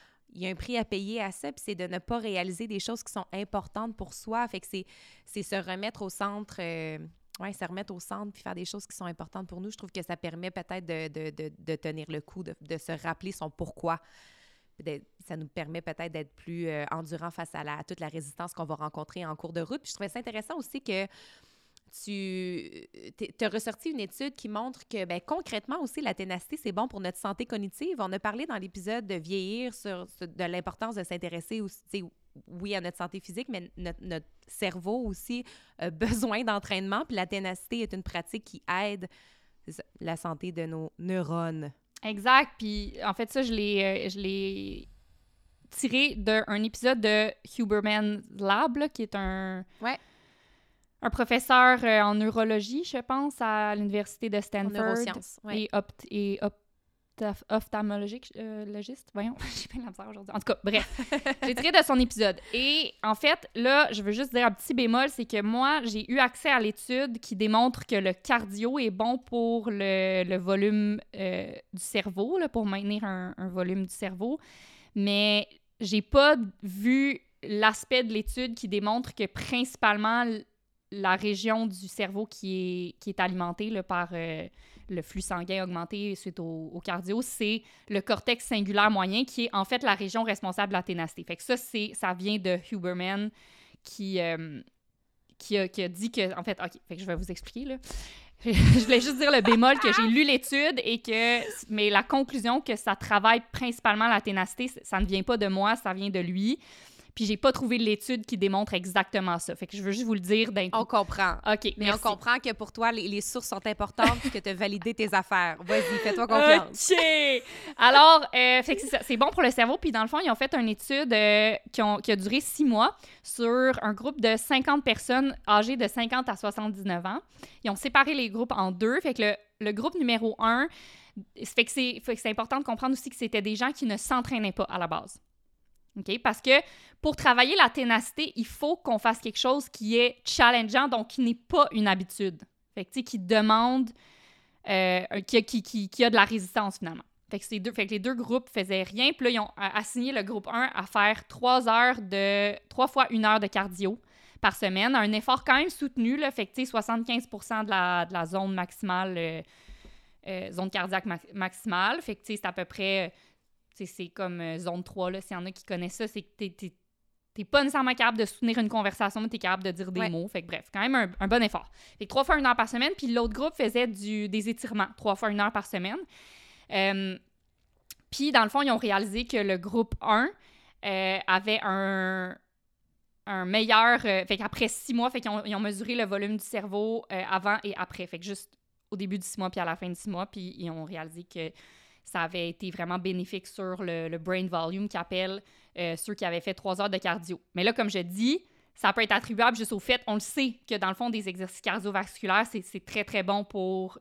à ça, puis c'est de ne pas réaliser des choses qui sont importantes pour soi, fait que c'est se remettre au centre... se remettre au centre puis faire des choses qui sont importantes pour nous. Je trouve que ça permet peut-être de tenir le coup, de se rappeler son pourquoi. Ça nous permet peut-être d'être plus endurant face à toute la résistance qu'on va rencontrer en cours de route. Puis je trouvais ça intéressant aussi que tu as ressorti une étude qui montre que concrètement aussi, la ténacité, c'est bon pour notre santé cognitive. On a parlé dans l'épisode de vieillir de l'importance de s'intéresser aussi, oui, à notre santé physique, mais notre cerveau aussi a besoin d'entraînement. Puis la ténacité est une pratique qui aide la santé de nos neurones. Exact. Puis en fait, ça, je l'ai tiré d'un épisode de Huberman Lab, là, qui est un professeur en neurologie, je pense, à l'université de Stanford. En neurosciences, et ophtalmologiste. Voyons, j'ai plein de la misère aujourd'hui. En tout cas, bref, j'ai tiré de son épisode. Et en fait, là, je veux juste dire un petit bémol, c'est que moi, j'ai eu accès à l'étude qui démontre que le cardio est bon pour le volume du cerveau, là, pour maintenir un volume du cerveau. Mais j'ai pas vu l'aspect de l'étude qui démontre que principalement la région du cerveau qui est alimentée là, par le flux sanguin augmenté suite au cardio, c'est le cortex singulaire moyen qui est en fait la région responsable de la ténacité. Fait que ça vient de Huberman qui a dit que, en fait, OK, fait que je vais vous expliquer, là. Je voulais juste dire le bémol que j'ai lu l'étude mais la conclusion que ça travaille principalement la ténacité, ça ne vient pas de moi, ça vient de lui. Puis j'ai pas trouvé l'étude qui démontre exactement ça. Fait que je veux juste vous le dire d'un coup. On comprend. OK, Mais merci. on comprend que pour toi, les sources sont importantes et que tu as validé tes affaires. Vas-y, fais-toi confiance. OK! Alors, fait que c'est ça. C'est bon pour le cerveau. Puis dans le fond, ils ont fait une étude qui a duré 6 mois sur un groupe de 50 personnes âgées de 50 à 79 ans. Ils ont séparé les groupes en deux. Fait que le groupe numéro 1, fait que c'est important de comprendre aussi que c'était des gens qui ne s'entraînaient pas à la base. OK? Parce que pour travailler la ténacité, il faut qu'on fasse quelque chose qui est challengeant, donc qui n'est pas une habitude. Fait que, tu sais, qui demande, qui a de la résistance, finalement. Fait que les deux groupes faisaient rien. Puis là, ils ont assigné le groupe 1 à faire 3 fois 1 heure de cardio par semaine. Un effort quand même soutenu, là. Fait que, tu sais, 75% de la zone maximale, zone cardiaque maximale. Fait que, tu sais, c'est à peu près... c'est comme zone 3, là, s'il y en a qui connaissent ça, c'est que t'es pas nécessairement capable de soutenir une conversation, mais t'es capable de dire des mots. Fait que bref, quand même un bon effort. Fait que 3 fois 1 heure par semaine, puis l'autre groupe faisait des étirements, 3 fois 1 heure par semaine. Puis dans le fond, ils ont réalisé que le groupe 1 avait un meilleur... fait qu'après 6 mois, fait qu'ils ont mesuré le volume du cerveau avant et après. Fait que juste au début de 6 mois, puis à la fin de 6 mois, puis ils ont réalisé que ça avait été vraiment bénéfique sur le brain volume qu'appellent ceux qui avaient fait 3 heures de cardio. Mais là, comme je dis, ça peut être attribuable juste au fait, on le sait, que dans le fond, des exercices cardiovasculaires, c'est très, très bon pour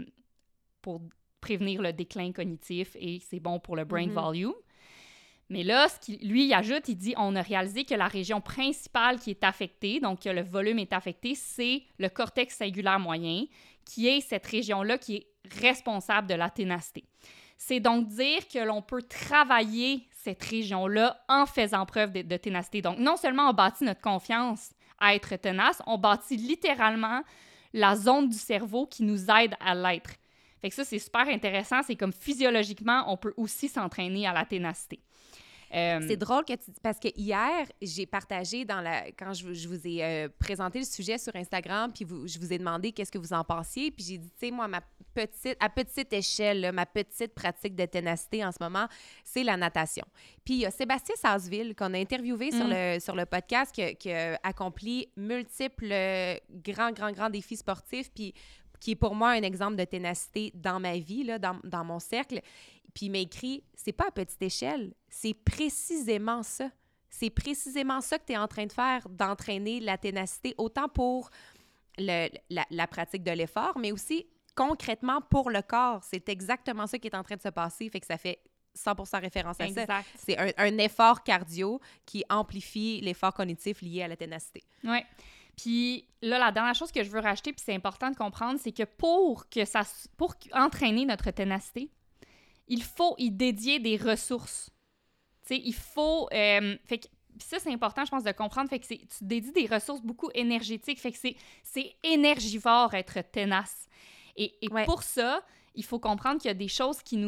prévenir le déclin cognitif et c'est bon pour le brain volume. Mais là, lui, il ajoute, il dit, on a réalisé que la région principale qui est affectée, donc que le volume est affecté, c'est le cortex singulaire moyen, qui est cette région-là qui est responsable de la ténacité. C'est donc dire que l'on peut travailler cette région-là en faisant preuve de ténacité. Donc, non seulement on bâtit notre confiance à être tenace, on bâtit littéralement la zone du cerveau qui nous aide à l'être. Fait que ça, c'est super intéressant. C'est comme physiologiquement, on peut aussi s'entraîner à la ténacité. C'est drôle que tu dis, parce que hier, j'ai partagé quand je vous ai présenté le sujet sur Instagram, puis je vous ai demandé qu'est-ce que vous en pensiez, puis j'ai dit, tu sais, moi, à petite échelle, là, ma petite pratique de ténacité en ce moment, c'est la natation. Puis il y a Sébastien Sasseville qu'on a interviewé sur le podcast qui a accompli multiples grands défis sportifs, puis qui est pour moi un exemple de ténacité dans ma vie, là, dans mon cercle. Puis il m'a écrit, c'est pas à petite échelle, c'est précisément ça. C'est précisément ça que tu es en train de faire, d'entraîner la ténacité, autant pour la pratique de l'effort, mais aussi concrètement pour le corps. C'est exactement ça qui est en train de se passer, fait que ça fait 100% référence à ça. C'est un effort cardio qui amplifie l'effort cognitif lié à la ténacité. Oui. Puis là, la dernière chose que je veux rajouter, puis c'est important de comprendre, c'est que pour entraîner notre ténacité, il faut y dédier des ressources. Tu sais, il faut... fait que, ça, c'est important, je pense, de comprendre. Fait que tu dédies des ressources beaucoup énergétiques. Fait que c'est énergivore être tenace. Et pour ça, il faut comprendre qu'il y a des choses qui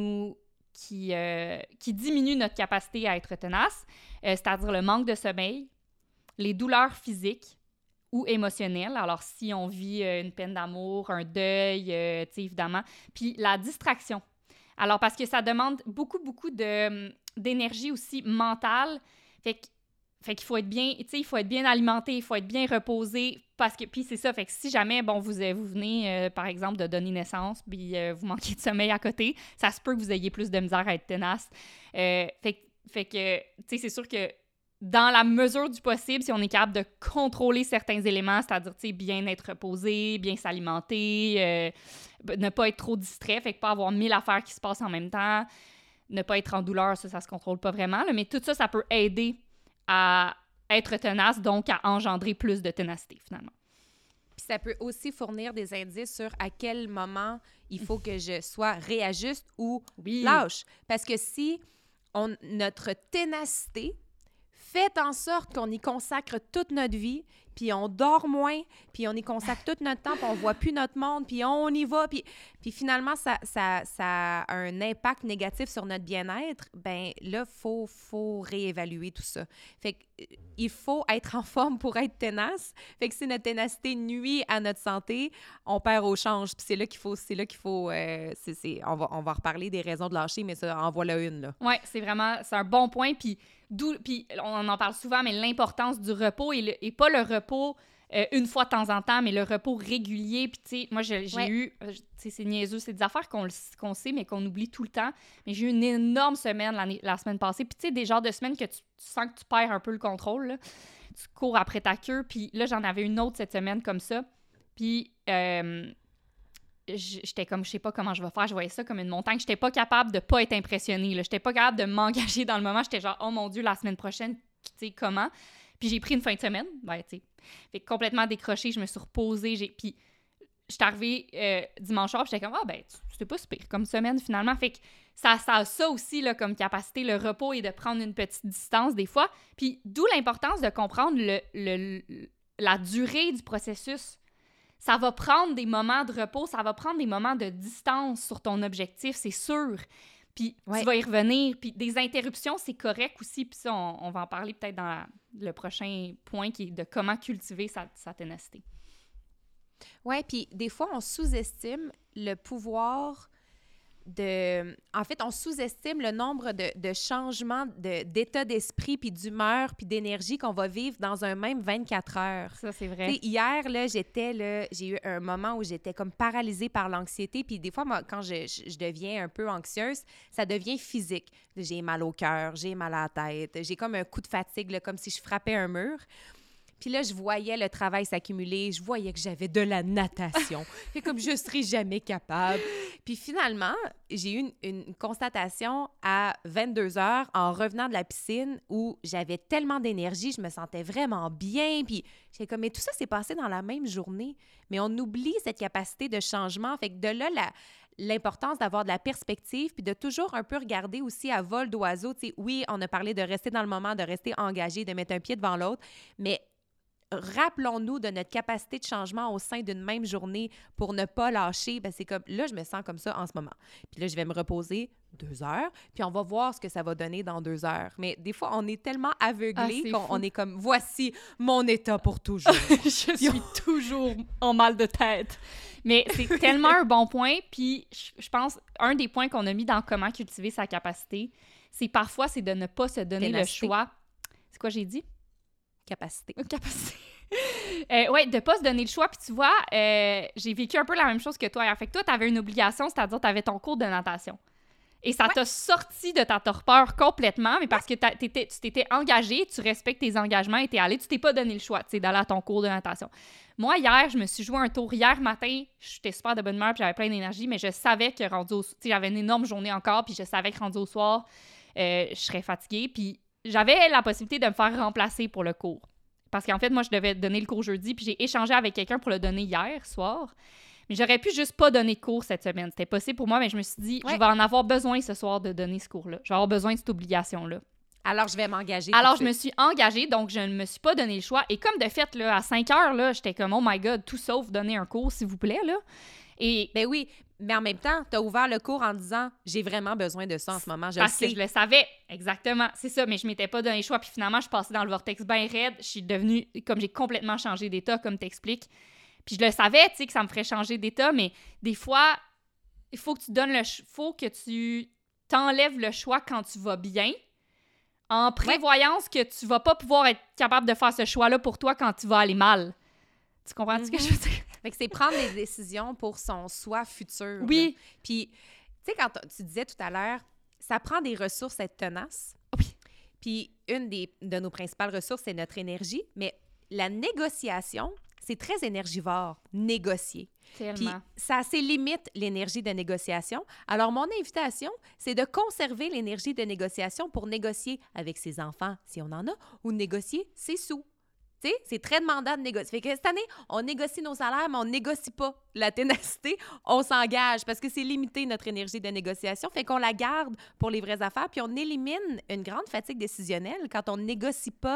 diminuent notre capacité à être tenace, c'est-à-dire le manque de sommeil, les douleurs physiques ou émotionnelles. Alors, si on vit une peine d'amour, un deuil, tu sais, évidemment. Puis la distraction. Alors, parce que ça demande beaucoup d'énergie aussi mentale. Fait qu'il faut être bien, tu sais, il faut être bien alimenté, il faut être bien reposé. Puis c'est ça, fait que si jamais, bon, vous venez, par exemple, de donner naissance, puis vous manquez de sommeil à côté, ça se peut que vous ayez plus de misère à être tenace. Fait que, tu sais, c'est sûr que dans la mesure du possible, si on est capable de contrôler certains éléments, c'est-à-dire, tu sais, bien être reposé, bien s'alimenter, ne pas être trop distrait, fait que pas avoir 1000 affaires qui se passent en même temps, ne pas être en douleur, ça se contrôle pas vraiment, là, mais tout ça, ça peut aider à être tenace, donc à engendrer plus de ténacité, finalement. Puis ça peut aussi fournir des indices sur à quel moment il faut que je sois réajuste ou lâche. Parce que si notre ténacité fait en sorte qu'on y consacre toute notre vie, puis on dort moins, puis on y consacre tout notre temps, puis on voit plus notre monde, puis on y va, puis finalement, ça a un impact négatif sur notre bien-être, ben là, faut réévaluer tout ça. Fait qu'il faut être en forme pour être tenace. Fait que si notre ténacité nuit à notre santé, on perd au change. Puis c'est là qu'il faut on va reparler des raisons de lâcher, mais ça, en voilà une, là. Oui, c'est un bon point. Puis on en parle souvent, mais l'importance du repos et pas le repos une fois de temps en temps, mais le repos régulier. Puis, tu sais, moi, j'ai eu, tu sais, c'est niaiseux, c'est des affaires qu'on sait, mais qu'on oublie tout le temps. Mais j'ai eu une énorme semaine la semaine passée. Puis, tu sais, des genres de semaines que tu sens que tu perds un peu le contrôle, là. Tu cours après ta queue. Puis là, j'en avais une autre cette semaine comme ça. Puis, j'étais comme, je sais pas comment je vais faire. Je voyais ça comme une montagne. J'étais pas capable de pas être impressionnée, là. J'étais pas capable de m'engager dans le moment. J'étais genre, oh mon Dieu, la semaine prochaine, tu sais, comment? Puis j'ai pris une fin de semaine, ben, tu sais, fait que complètement décrochée, je me suis reposée, puis j'étais arrivée dimanche soir, puis j'étais comme, ah, ben, c'était pas super comme semaine, finalement. Fait que ça a ça aussi, là, comme capacité, le repos et de prendre une petite distance, des fois. Puis d'où l'importance de comprendre la durée du processus. Ça va prendre des moments de repos, ça va prendre des moments de distance sur ton objectif, c'est sûr. Puis tu vas y revenir. Puis des interruptions, c'est correct aussi. Puis ça, on va en parler peut-être dans le prochain point qui est de comment cultiver sa ténacité. Oui, puis des fois, on sous-estime le pouvoir En fait, on sous-estime le nombre de changements d'état d'esprit, puis d'humeur, puis d'énergie qu'on va vivre dans un même 24 heures. Ça, c'est vrai. T'sais, hier, là, j'ai eu un moment où j'étais comme paralysée par l'anxiété, puis des fois, moi, quand je deviens un peu anxieuse, ça devient physique. J'ai mal au cœur, j'ai mal à la tête, j'ai comme un coup de fatigue, là, comme si je frappais un mur. Puis là, je voyais le travail s'accumuler, je voyais que j'avais de la natation. Et comme je serais jamais capable. Puis finalement, j'ai eu une constatation à 22 heures en revenant de la piscine où j'avais tellement d'énergie, je me sentais vraiment bien. Puis j'étais comme, mais tout ça s'est passé dans la même journée. Mais on oublie cette capacité de changement. Fait que de là, l'importance d'avoir de la perspective puis de toujours un peu regarder aussi à vol d'oiseau. Tu sais, oui, on a parlé de rester dans le moment, de rester engagé, de mettre un pied devant l'autre, mais rappelons-nous de notre capacité de changement au sein d'une même journée pour ne pas lâcher. Ben c'est comme, là, je me sens comme ça en ce moment. Puis là, je vais me reposer 2 heures, puis on va voir ce que ça va donner dans 2 heures. Mais des fois, on est tellement aveuglé qu'on est comme, voici mon état pour toujours. Je suis toujours en mal de tête. Mais c'est tellement un bon point. Puis je pense, un des points qu'on a mis dans comment cultiver sa capacité, c'est parfois, c'est de ne pas se donner le choix. C'est quoi j'ai dit? Capacité. Oui, de ne pas se donner le choix. Puis tu vois, j'ai vécu un peu la même chose que toi. Fait que toi, tu avais une obligation, c'est-à-dire tu avais ton cours de natation. Et ça t'a sorti de ta torpeur complètement, mais parce que tu t'étais engagé, tu respectes tes engagements et t'es allé, tu t'es pas donné le choix, tu sais, d'aller à ton cours de natation. Moi, hier, je me suis joué un tour. Hier matin, j'étais super de bonne humeur, puis j'avais plein d'énergie, mais je savais que rendu au... Tu sais, j'avais une énorme journée encore, puis je savais que rendu au soir, je serais fatiguée, puis j'avais la possibilité de me faire remplacer pour le cours. Parce qu'en fait, moi, je devais donner le cours jeudi, puis j'ai échangé avec quelqu'un pour le donner hier soir. Mais j'aurais pu juste pas donner de cours cette semaine. C'était possible pour moi, mais je me suis dit, je vais en avoir besoin ce soir de donner ce cours-là. Je vais avoir besoin de cette obligation-là. Alors, je vais m'engager. Alors, je me suis engagée, donc je ne me suis pas donné le choix. Et comme de fait, là, à 5 heures, là, j'étais comme, oh my God, tout sauf donner un cours, s'il vous plaît, là. Et... Ben oui, mais en même temps, tu as ouvert le cours en disant, j'ai vraiment besoin de ça en ce moment, parce que je le savais, exactement, c'est ça, mais je m'étais pas donné le choix. Puis finalement, je suis passée dans le vortex bien raide. Je suis devenue, comme j'ai complètement changé d'état, comme t'expliques. Puis je le savais, tu sais, que ça me ferait changer d'état, mais des fois, il faut que tu donnes faut que tu t'enlèves le choix quand tu vas bien, en prévoyant que tu vas pas pouvoir être capable de faire ce choix-là pour toi quand tu vas aller mal. Tu comprends ce que je veux dire? Fait que c'est prendre des décisions pour son soi futur. Oui. Là. Puis, tu sais, quand tu disais tout à l'heure, ça prend des ressources à être tenace. Oui. Puis, une de nos principales ressources, c'est notre énergie. Mais la négociation, c'est très énergivore, négocier. Tellement. Puis, ça a ses limites, l'énergie de négociation. Alors, mon invitation, c'est de conserver l'énergie de négociation pour négocier avec ses enfants, si on en a, ou négocier ses sous. Tu sais, c'est très demandant de négocier. Fait que cette année, on négocie nos salaires, mais on négocie pas la ténacité. On s'engage parce que c'est limité, notre énergie de négociation. Fait qu'on la garde pour les vraies affaires, puis on élimine une grande fatigue décisionnelle quand on négocie pas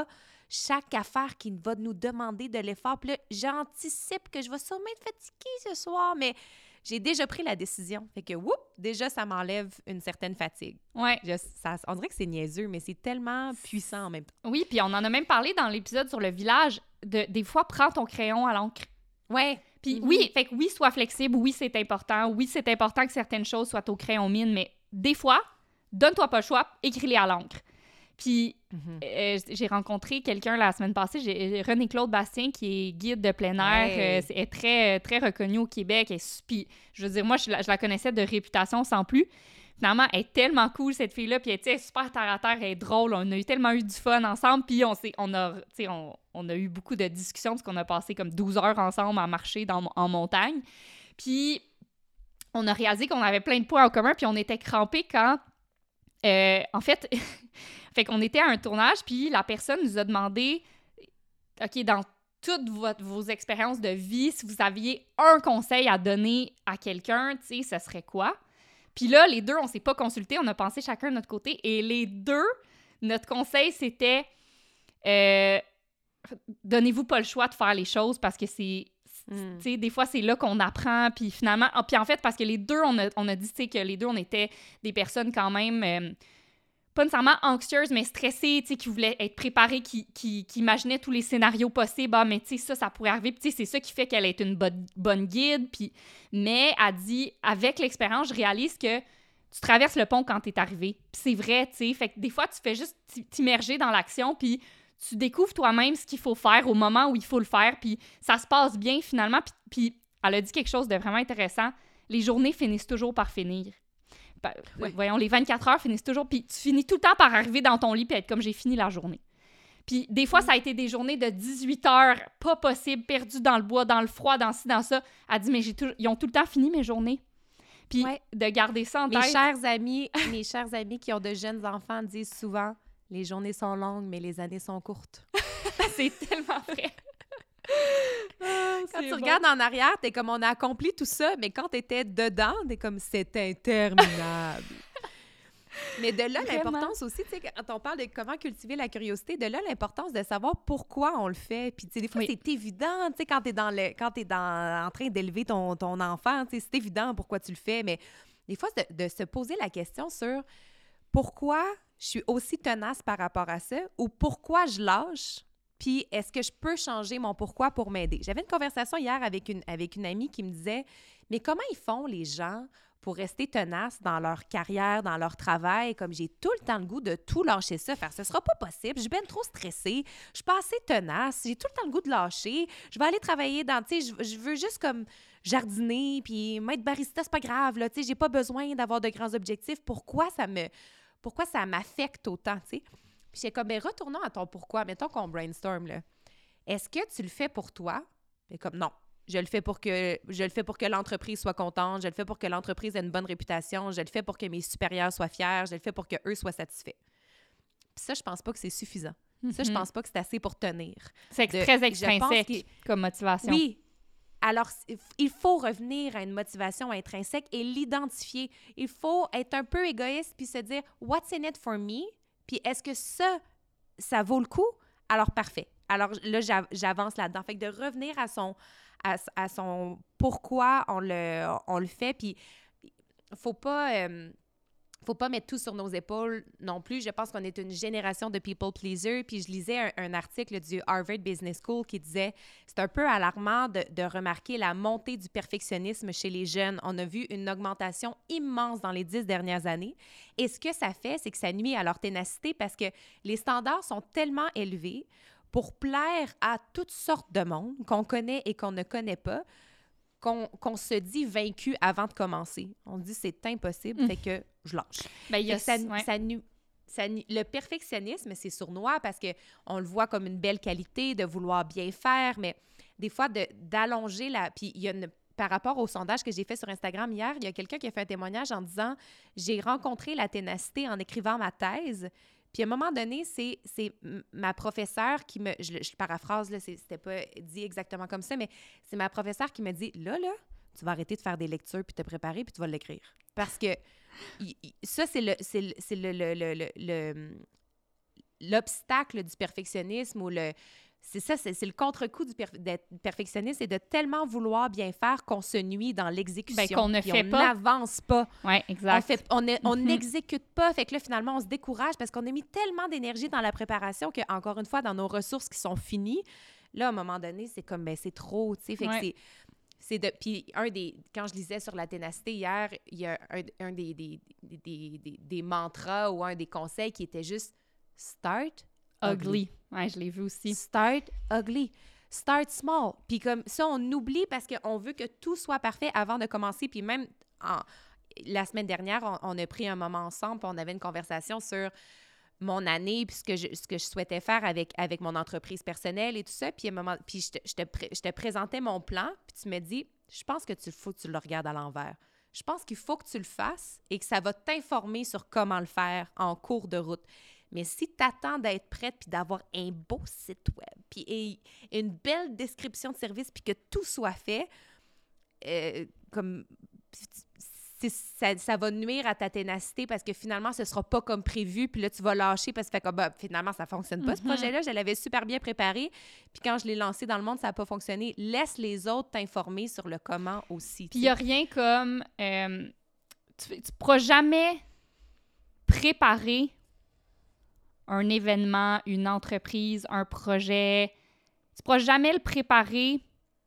chaque affaire qui va nous demander de l'effort. Puis là, j'anticipe que je vais sûrement être fatiguée ce soir, mais j'ai déjà pris la décision. Fait que, déjà, ça m'enlève une certaine fatigue. Ouais. On dirait que c'est niaiseux, mais c'est tellement puissant en même temps. Oui, puis on en a même parlé dans l'épisode sur le village, des fois, prends ton crayon à l'encre. Ouais. Puis oui, fait que oui, sois flexible, oui, c'est important que certaines choses soient au crayon mine, mais des fois, donne-toi pas le choix, écris-les à l'encre. Puis j'ai rencontré quelqu'un la semaine passée, René-Claude Bastien, qui est guide de plein air, est très, très reconnu au Québec. Puis, je veux dire, moi, je la connaissais de réputation sans plus. Finalement, elle est tellement cool, cette fille-là, puis elle est super terre-à-terre, elle est drôle, on a tellement eu du fun ensemble, puis on a eu beaucoup de discussions, parce qu'on a passé comme 12 heures ensemble à marcher en montagne. Puis, on a réalisé qu'on avait plein de points en commun, puis on était crampés quand... en fait... Fait qu'on était à un tournage, puis la personne nous a demandé, OK, dans toutes vos expériences de vie, si vous aviez un conseil à donner à quelqu'un, tu sais, ce serait quoi? Puis là, les deux, on s'est pas consultés, on a pensé chacun de notre côté, et les deux, notre conseil, c'était donnez-vous pas le choix de faire les choses parce que c'est... Tu sais, des fois, c'est là qu'on apprend, puis finalement... puis en fait, parce que les deux, on a dit, tu sais, que les deux, on était des personnes quand même... pas nécessairement anxieuses, mais stressées, tu sais, qui voulaient être préparées, qui imaginaient tous les scénarios possibles. Ah, mais tu sais, ça pourrait arriver. Puis tu sais, c'est ça qui fait qu'elle est une bonne guide. Puis, mais elle dit, avec l'expérience, je réalise que tu traverses le pont quand t'es arrivé. Puis c'est vrai, tu sais. Fait que des fois, tu fais juste t'immerger dans l'action, puis tu découvres toi-même ce qu'il faut faire au moment où il faut le faire, puis ça se passe bien finalement. Puis elle a dit quelque chose de vraiment intéressant. Les journées finissent toujours par finir. Voyons, les 24 heures finissent toujours, puis tu finis tout le temps par arriver dans ton lit puis être comme j'ai fini la journée. Puis des fois, ça a été des journées de 18 heures, pas possible, perdues dans le bois, dans le froid, dans ci, dans ça. Elle dit, mais ils ont tout le temps fini mes journées. Puis de garder ça en tête. Mes chers amis qui ont de jeunes enfants disent souvent, les journées sont longues, mais les années sont courtes. C'est tellement vrai. Quand tu regardes en arrière, t'es comme on a accompli tout ça, mais quand t'étais dedans, t'es comme c'est interminable. Mais de là, l'importance aussi, tu sais, quand on parle de comment cultiver la curiosité, de là, l'importance de savoir pourquoi on le fait. Puis, tu sais, des fois, c'est évident, tu sais, quand t'es en train d'élever ton enfant, tu sais, c'est évident pourquoi tu le fais, mais des fois, de se poser la question sur pourquoi je suis aussi tenace par rapport à ça ou pourquoi je lâche. Puis, est-ce que je peux changer mon pourquoi pour m'aider? J'avais une conversation hier avec une amie qui me disait, mais comment ils font les gens pour rester tenaces dans leur carrière, dans leur travail, comme j'ai tout le temps le goût de tout lâcher ça, faire ce sera pas possible, je suis bien trop stressée, je suis pas assez tenace, j'ai tout le temps le goût de lâcher, je vais aller travailler dans, tu sais, je veux juste comme jardiner, puis m'être barista, c'est pas grave, là, tu sais, j'ai pas besoin d'avoir de grands objectifs, pourquoi ça m'affecte autant, tu sais? Puis j'ai comme, retournons à ton pourquoi. Mettons qu'on brainstorm, là. Est-ce que tu le fais pour toi? Mais comme, non. Je le fais pour que l'entreprise soit contente. Je le fais pour que l'entreprise ait une bonne réputation. Je le fais pour que mes supérieurs soient fiers. Je le fais pour qu'eux soient satisfaits. Puis ça, je pense pas que c'est suffisant. Ça, je pense pas que c'est assez pour tenir. C'est très extrinsèque comme motivation. Oui. Alors, il faut revenir à une motivation intrinsèque et l'identifier. Il faut être un peu égoïste puis se dire « What's in it for me? » Puis est-ce que ça vaut le coup? Alors, parfait. Alors là, j'avance là-dedans. Fait que de revenir à son pourquoi on le fait. Puis, faut pas mettre tout sur nos épaules non plus. Je pense qu'on est une génération de people pleasers. Puis je lisais un article du Harvard Business School qui disait « C'est un peu alarmant de remarquer la montée du perfectionnisme chez les jeunes. On a vu une augmentation immense dans les 10 dernières années. Et ce que ça fait, c'est que ça nuit à leur ténacité parce que les standards sont tellement élevés pour plaire à toutes sortes de monde qu'on connaît et qu'on ne connaît pas, qu'on se dit vaincu avant de commencer. On dit c'est impossible, fait que je lâche. Ben, Le perfectionnisme, c'est sournois parce qu'on le voit comme une belle qualité de vouloir bien faire, mais des fois, d'allonger la... Puis il y a par rapport au sondage que j'ai fait sur Instagram hier, il y a quelqu'un qui a fait un témoignage en disant « J'ai rencontré la ténacité en écrivant ma thèse. » Puis à un moment donné, c'est ma professeure qui me... Je paraphrase, là, c'était pas dit exactement comme ça, mais c'est ma professeure qui me dit « Là, tu vas arrêter de faire des lectures puis te préparer puis tu vas l'écrire. » Parce que ça, c'est l'obstacle du perfectionnisme ou c'est ça, c'est le contre-coup d'être perfectionniste, c'est de tellement vouloir bien faire qu'on se nuit dans l'exécution. Ben, qu'on ne fait on pas. On n'avance pas. Oui, exact. On n'exécute pas. Fait que là, finalement, on se décourage parce qu'on a mis tellement d'énergie dans la préparation que, encore une fois, dans nos ressources qui sont finies, là, à un moment donné, c'est comme, ben, c'est trop, tu sais. Fait que puis quand je lisais sur la ténacité hier, il y a un des mantras ou un des conseils qui était juste « start ugly ». Ouais, je l'ai vu aussi. Start ugly. Start small. Puis comme ça, on oublie parce qu'on veut que tout soit parfait avant de commencer. Puis même la semaine dernière, on a pris un moment ensemble, puis on avait une conversation sur mon année, puis ce que je souhaitais faire avec mon entreprise personnelle et tout ça. Puis, je te présentais mon plan, puis tu me dis, je pense que faut que tu le regardes à l'envers. Je pense qu'il faut que tu le fasses et que ça va t'informer sur comment le faire en cours de route. Mais si tu attends d'être prête puis d'avoir un beau site web puis une belle description de service puis que tout soit fait, ça va nuire à ta ténacité parce que finalement, ce ne sera pas comme prévu puis là, tu vas lâcher parce que finalement, ça ne fonctionne pas, ce projet-là. Je l'avais super bien préparé puis quand je l'ai lancé dans le monde, ça n'a pas fonctionné. Laisse les autres t'informer sur le comment aussi. Puis il n'y a rien comme... tu ne pourras jamais préparer un événement, une entreprise, un projet. Tu ne pourras jamais le préparer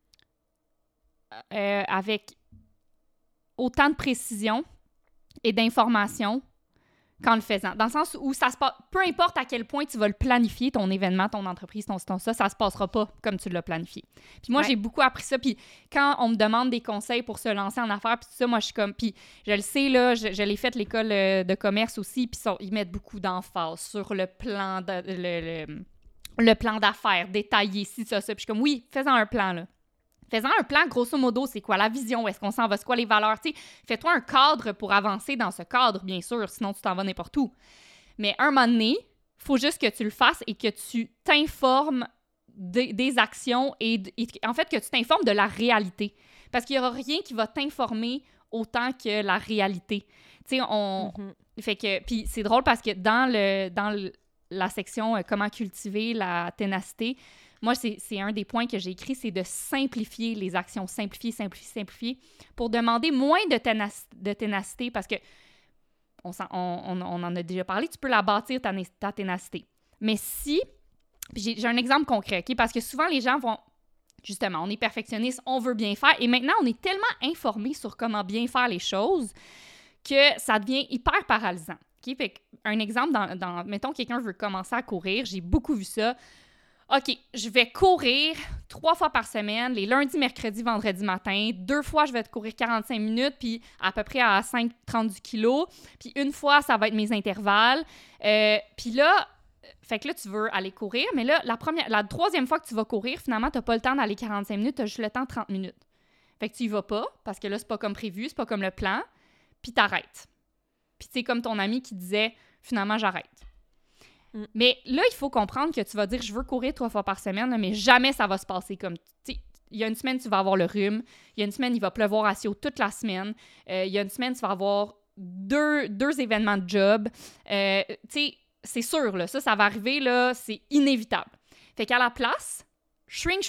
avec autant de précision et d'information qu'en le faisant. Dans le sens où ça se passe, peu importe à quel point tu vas le planifier, ton événement, ton entreprise, ça se passera pas comme tu l'as planifié. Puis moi, j'ai beaucoup appris ça. Puis quand on me demande des conseils pour se lancer en affaires, puis tout ça, moi, je suis comme... Puis je le sais, là, je l'ai fait l'école de commerce aussi, puis ils mettent beaucoup d'emphase sur le plan le plan d'affaires détaillé, ci, ça. Puis je suis comme, oui, fais-en un plan, là. Fais-en un plan, grosso modo, c'est quoi la vision? Où est-ce qu'on s'en va? C'est quoi les valeurs? T'sais, fais-toi un cadre pour avancer dans ce cadre, bien sûr, sinon tu t'en vas n'importe où. Mais un moment donné, il faut juste que tu le fasses et que tu t'informes des actions et en fait, que tu t'informes de la réalité. Parce qu'il n'y aura rien qui va t'informer autant que la réalité. Tu sais, fait que... Puis c'est drôle parce que dans la section comment cultiver la ténacité, moi, c'est un des points que j'ai écrit, c'est de simplifier les actions. Simplifier, pour demander moins de ténacité, parce que on en a déjà parlé, tu peux la bâtir, ta ténacité. Mais si... J'ai un exemple concret, OK? Parce que souvent, les gens vont... Justement, on est perfectionniste, on veut bien faire, et maintenant, on est tellement informé sur comment bien faire les choses que ça devient hyper paralysant. OK? Fait un exemple, mettons, quelqu'un veut commencer à courir, j'ai beaucoup vu ça. OK, je vais courir 3 fois par semaine, les lundis, mercredis, vendredis matin. 2 fois, je vais te courir 45 minutes, puis à peu près à 5-30 du kilo. Puis une fois, ça va être mes intervalles. Puis là, fait que là, tu veux aller courir, mais là, la troisième fois que tu vas courir, finalement, tu n'as pas le temps d'aller 45 minutes, tu as juste le temps de 30 minutes. Fait que tu y vas pas, parce que là, c'est pas comme prévu, c'est pas comme le plan, puis t'arrêtes. Puis c'est comme ton ami qui disait, finalement, j'arrête. Mais là, il faut comprendre que tu vas dire, je veux courir 3 fois par semaine, mais jamais ça va se passer comme... Il y a une semaine, tu vas avoir le rhume. Il y a une semaine, il va pleuvoir à Sio toute la semaine. Il y a une semaine, tu vas avoir deux événements de job. C'est sûr, là, ça va arriver, là, c'est inévitable. Fait qu'à la place, shrink.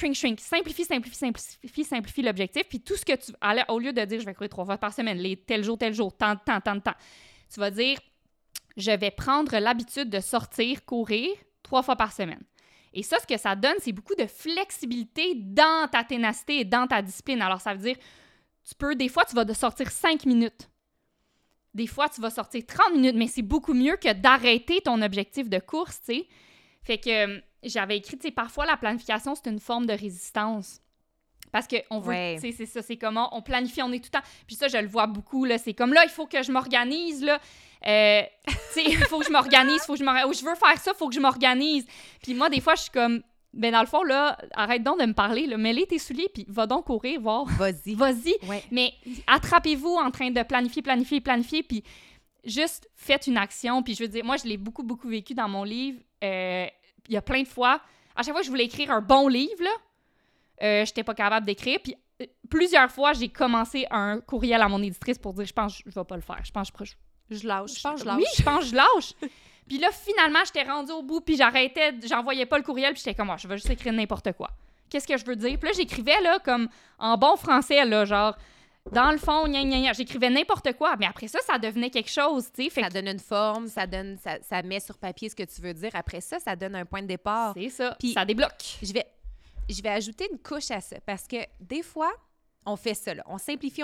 Simplifie l'objectif. Puis tout ce que tu... Au lieu de dire, je vais courir 3 fois par semaine, tel jour, tant de temps, tu vas dire... Je vais prendre l'habitude de sortir, courir 3 fois par semaine. Et ça, ce que ça donne, c'est beaucoup de flexibilité dans ta ténacité et dans ta discipline. Alors, ça veut dire, des fois, tu vas sortir 5 minutes. Des fois, tu vas sortir 30 minutes, mais c'est beaucoup mieux que d'arrêter ton objectif de course, tu sais. Fait que j'avais écrit, tu sais, parfois, la planification, c'est une forme de résistance. Parce qu'on veut, tu sais, c'est ça, c'est comment on planifie, on est tout le temps. Puis ça, je le vois beaucoup, là, c'est comme là, il faut que je m'organise, là. Tu sais, il faut que je m'organise, ou je veux faire ça, il faut que je m'organise. Puis moi, des fois, je suis comme, ben dans le fond, là, arrête donc de me parler, là, mets-les tes souliers, puis va donc courir, voir. Vas-y. Ouais. Mais attrapez-vous en train de planifier, puis juste faites une action. Puis je veux dire, moi, je l'ai beaucoup, beaucoup vécu dans mon livre. Il y a plein de fois, à chaque fois que je voulais écrire un bon livre, là, j'étais pas capable d'écrire. Puis plusieurs fois, j'ai commencé un courriel à mon éditrice pour dire, je pense que je vais pas le faire. Je lâche. Oui, je pense que je lâche. Puis là, finalement, j'étais rendue au bout, puis j'envoyais pas le courriel, puis j'étais comme, je vais juste écrire n'importe quoi. Qu'est-ce que je veux dire? Puis là, j'écrivais, là, comme en bon français, là, genre, dans le fond, j'écrivais n'importe quoi, mais après ça devenait quelque chose, tu sais. Ça donne une forme, ça met sur papier ce que tu veux dire. Après ça donne un point de départ. C'est ça, puis ça débloque. Je vais ajouter une couche à ça, parce que des fois, on fait ça, là. On simplifie.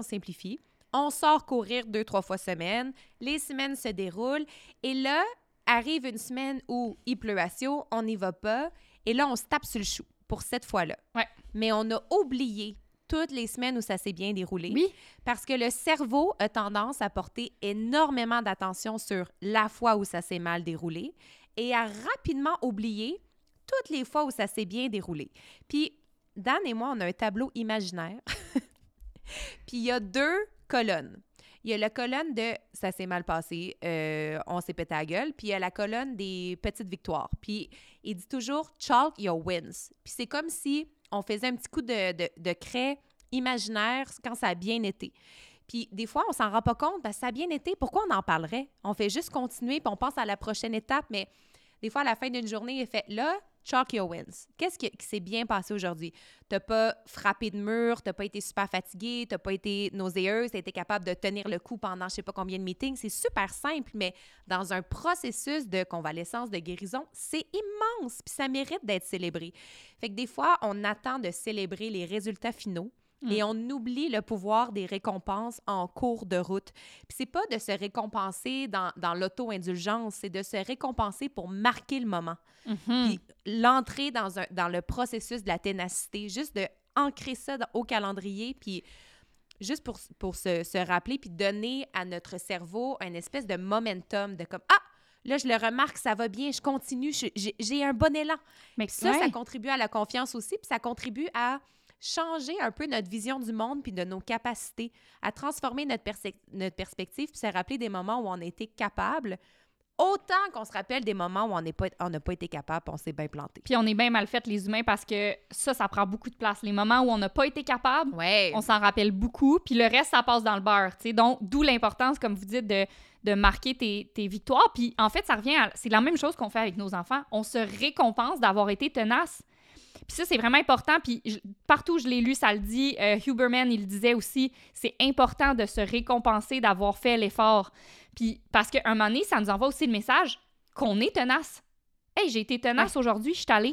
On sort courir 2-3 fois semaine. Les semaines se déroulent. Et là, arrive une semaine où il pleut à Sio, on n'y va pas. Et là, on se tape sur le chou pour cette fois-là. Ouais. Mais on a oublié toutes les semaines où ça s'est bien déroulé. Oui. Parce que le cerveau a tendance à porter énormément d'attention sur la fois où ça s'est mal déroulé et à rapidement oublier toutes les fois où ça s'est bien déroulé. Puis, Dan et moi, on a un tableau imaginaire. Puis, il y a 2 colonnes. Il y a la colonne de « ça s'est mal passé, on s'est pété la gueule », puis il y a la colonne des petites victoires. Puis, il dit toujours « chalk your wins ». Puis, c'est comme si on faisait un petit coup de craie imaginaire quand ça a bien été. Puis, des fois, on s'en rend pas compte, parce que ça a bien été, pourquoi on en parlerait? On fait juste continuer, puis on pense à la prochaine étape, mais des fois, à la fin d'une journée, il fait là, chalk your wins. Qu'est-ce qui s'est bien passé aujourd'hui? T'as pas frappé de mur, t'as pas été super fatigué, t'as pas été nauséeuse, t'as été capable de tenir le coup pendant je sais pas combien de meetings. C'est super simple, mais dans un processus de convalescence, de guérison, c'est immense, puis ça mérite d'être célébré. Fait que des fois, on attend de célébrer les résultats finaux, et on oublie le pouvoir des récompenses en cours de route. Puis c'est pas de se récompenser dans l'auto-indulgence, c'est de se récompenser pour marquer le moment. Puis l'entrée dans le processus de la ténacité, juste de ancrer ça au calendrier, puis juste pour se rappeler, puis donner à notre cerveau une espèce de momentum, de comme « Ah! Là, je le remarque, ça va bien, je continue, j'ai un bon élan. » Mais ça contribue à la confiance aussi, puis ça contribue à changer un peu notre vision du monde puis de nos capacités, à transformer notre perspective puis se rappeler des moments où on a été capable, autant qu'on se rappelle des moments où on n'a pas été capable puis on s'est bien planté. Puis on est bien mal fait, les humains, parce que ça prend beaucoup de place. Les moments où on n'a pas été capable, on s'en rappelle beaucoup, puis le reste, ça passe dans le beurre, tu sais. Donc, d'où l'importance, comme vous dites, de marquer tes victoires. Puis en fait, ça revient c'est la même chose qu'on fait avec nos enfants. On se récompense d'avoir été tenace. Puis ça, c'est vraiment important. Puis partout où je l'ai lu, ça le dit. Huberman, il le disait aussi, c'est important de se récompenser d'avoir fait l'effort. Puis parce qu'à un moment donné, ça nous envoie aussi le message qu'on est tenace. « Hey, j'ai été tenace aujourd'hui, je suis allée.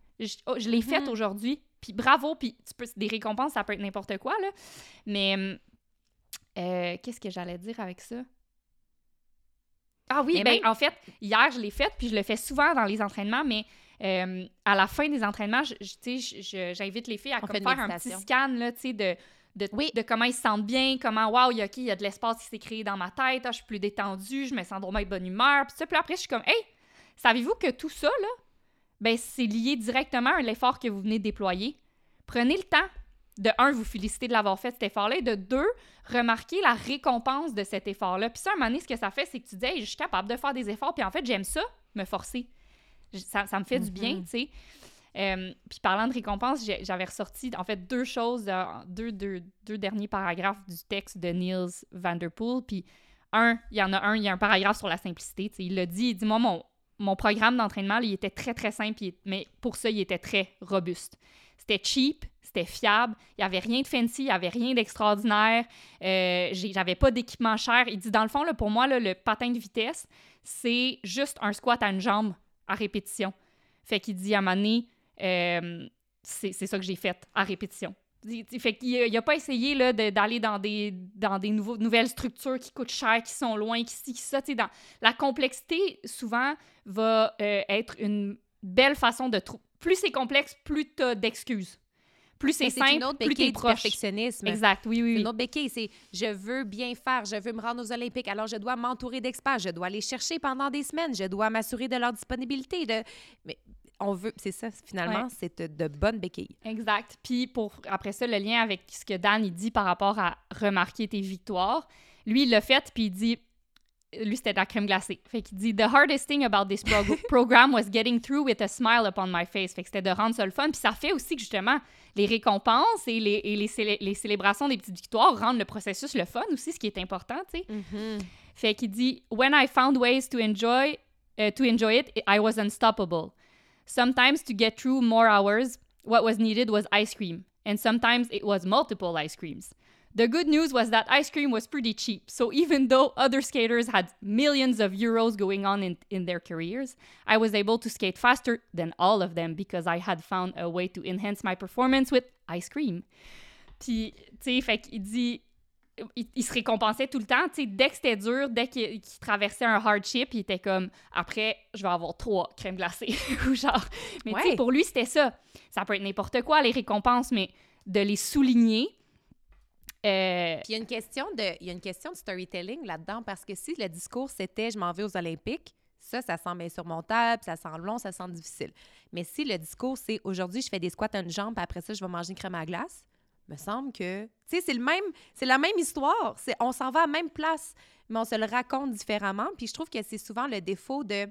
Je l'ai faite aujourd'hui. Puis bravo. » Puis des récompenses, ça peut être n'importe quoi, là. Mais qu'est-ce que j'allais dire avec ça? Ah oui, en fait, hier, je l'ai faite, puis je le fais souvent dans les entraînements, mais à la fin des entraînements, j'invite les filles à faire un petit scan là, de comment ils se sentent bien, comment, wow, il y a de l'espace qui s'est créé dans ma tête, je suis plus détendue, je me sens drôlement de bonne humeur, puis après, je suis comme, hey, savez-vous que tout ça, là, c'est lié directement à l'effort que vous venez de déployer. Prenez le temps de, 1, vous féliciter de l'avoir fait, cet effort-là, et de 2, remarquer la récompense de cet effort-là. Puis ça, à un moment donné, ce que ça fait, c'est que tu dis, hey, je suis capable de faire des efforts, puis en fait, j'aime ça, me forcer. Ça me fait du bien, tu sais. Puis parlant de récompense, j'avais ressorti, en fait, 2 choses, deux derniers paragraphes du texte de Niels van der Poel. Puis il y a un paragraphe sur la simplicité, tu sais. Il dit, moi, mon programme d'entraînement, là, il était très, très simple, mais pour ça, il était très robuste. C'était cheap, c'était fiable, il n'y avait rien de fancy, il n'y avait rien d'extraordinaire, j'avais pas d'équipement cher. Il dit, dans le fond, là, pour moi, là, le patin de vitesse, c'est juste un squat à une jambe à répétition. Fait qu'il dit, à un moment donné, c'est ça que j'ai fait, à répétition. Fait qu'il n'a pas essayé là, d'aller dans des nouvelles structures qui coûtent cher, qui sont loin, qui ça. La complexité, souvent, va être une belle façon de... Plus c'est complexe, plus tu as d'excuses. Plus c'est simple, plus t'es proche. Perfectionnisme. Exact, oui. C'est une autre béquille, c'est je veux bien faire, je veux me rendre aux Olympiques, alors je dois m'entourer d'experts, je dois les chercher pendant des semaines, je dois m'assurer de leur disponibilité. Mais on veut, c'est ça, finalement, c'est de bonnes béquilles. Exact. Puis après ça, le lien avec ce que Dan il dit par rapport à remarquer tes victoires, lui, il l'a fait, puis il dit... Lui, c'était de la crème glacée. Fait qu'il dit « The hardest thing about this program was getting through with a smile upon my face. » Fait que c'était de rendre ça le fun. Puis ça fait aussi que, justement, les récompenses et les célébrations des petites victoires rendent le processus le fun aussi, ce qui est important, tu sais. Fait qu'il dit « When I found ways to enjoy to enjoy it, I was unstoppable. Sometimes to get through more hours, what was needed was ice cream. And sometimes it was multiple ice creams. The good news was that ice cream was pretty cheap, so even though other skaters had millions of euros going on in their careers, I was able to skate faster than all of them because I had found a way to enhance my performance with ice cream. Puis, tu sais, fait qu'il dit... Il se récompensait tout le temps, tu sais, dès que c'était dur, dès qu'il traversait un hardship, il était comme, après, je vais avoir 3 crèmes glacées, ou genre... Mais tu sais, pour lui, c'était ça. Ça peut être n'importe quoi, les récompenses, mais de les souligner... Puis il y a une question de storytelling là-dedans, parce que si le discours c'était « je m'en vais aux Olympiques », ça semble insurmontable, ça semble long, ça semble difficile. Mais si le discours c'est « aujourd'hui, je fais des squats à une jambe, puis après ça, je vais manger une crème à glace », me semble que, tu sais, c'est la même histoire. On s'en va à la même place, mais on se le raconte différemment. Puis je trouve que c'est souvent le défaut de...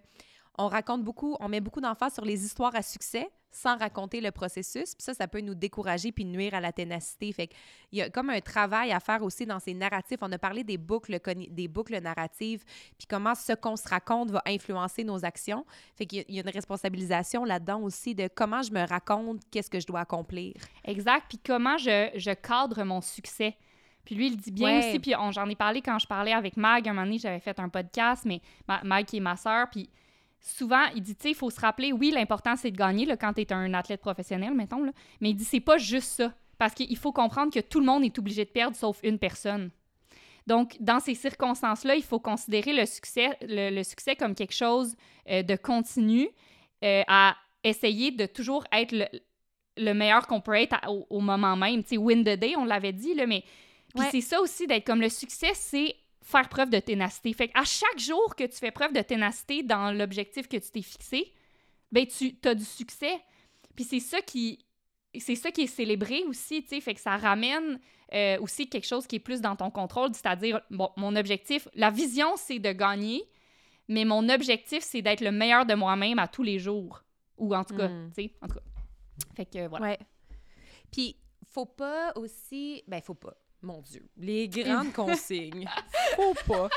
On met beaucoup d'emphase sur les histoires à succès sans raconter le processus. Puis ça peut nous décourager puis nuire à la ténacité. Fait qu'il y a comme un travail à faire aussi dans ces narratifs. On a parlé des boucles narratives, puis comment ce qu'on se raconte va influencer nos actions. Fait qu'il y a une responsabilisation là-dedans aussi de comment je me raconte, qu'est-ce que je dois accomplir. Exact. Puis comment je cadre mon succès. Puis lui, il dit bien aussi, puis j'en ai parlé quand je parlais avec Mag. Un moment donné, j'avais fait un podcast, mais Mag qui est ma sœur, puis souvent, il dit, tu sais, il faut se rappeler, oui, l'important, c'est de gagner là, quand tu es un athlète professionnel, mettons, là, mais il dit, c'est pas juste ça. Parce qu'il faut comprendre que tout le monde est obligé de perdre, sauf une personne. Donc, dans ces circonstances-là, il faut considérer le succès comme quelque chose de continu, à essayer de toujours être le meilleur qu'on peut être au moment même. Tu sais, win the day, on l'avait dit, là, mais... Puis c'est ça aussi, d'être comme le succès, c'est faire preuve de ténacité. Fait qu'à chaque jour que tu fais preuve de ténacité dans l'objectif que tu t'es fixé, ben tu as du succès. Puis c'est ça qui est célébré aussi, tu sais, fait que ça ramène aussi quelque chose qui est plus dans ton contrôle, c'est-à-dire, bon, mon objectif, la vision, c'est de gagner, mais mon objectif, c'est d'être le meilleur de moi-même à tous les jours. Ou en tout cas, tu sais, en tout cas. Fait que, voilà. Ouais. Puis, faut pas aussi... Ben, faut pas. Mon Dieu, les grandes consignes. Faut pas.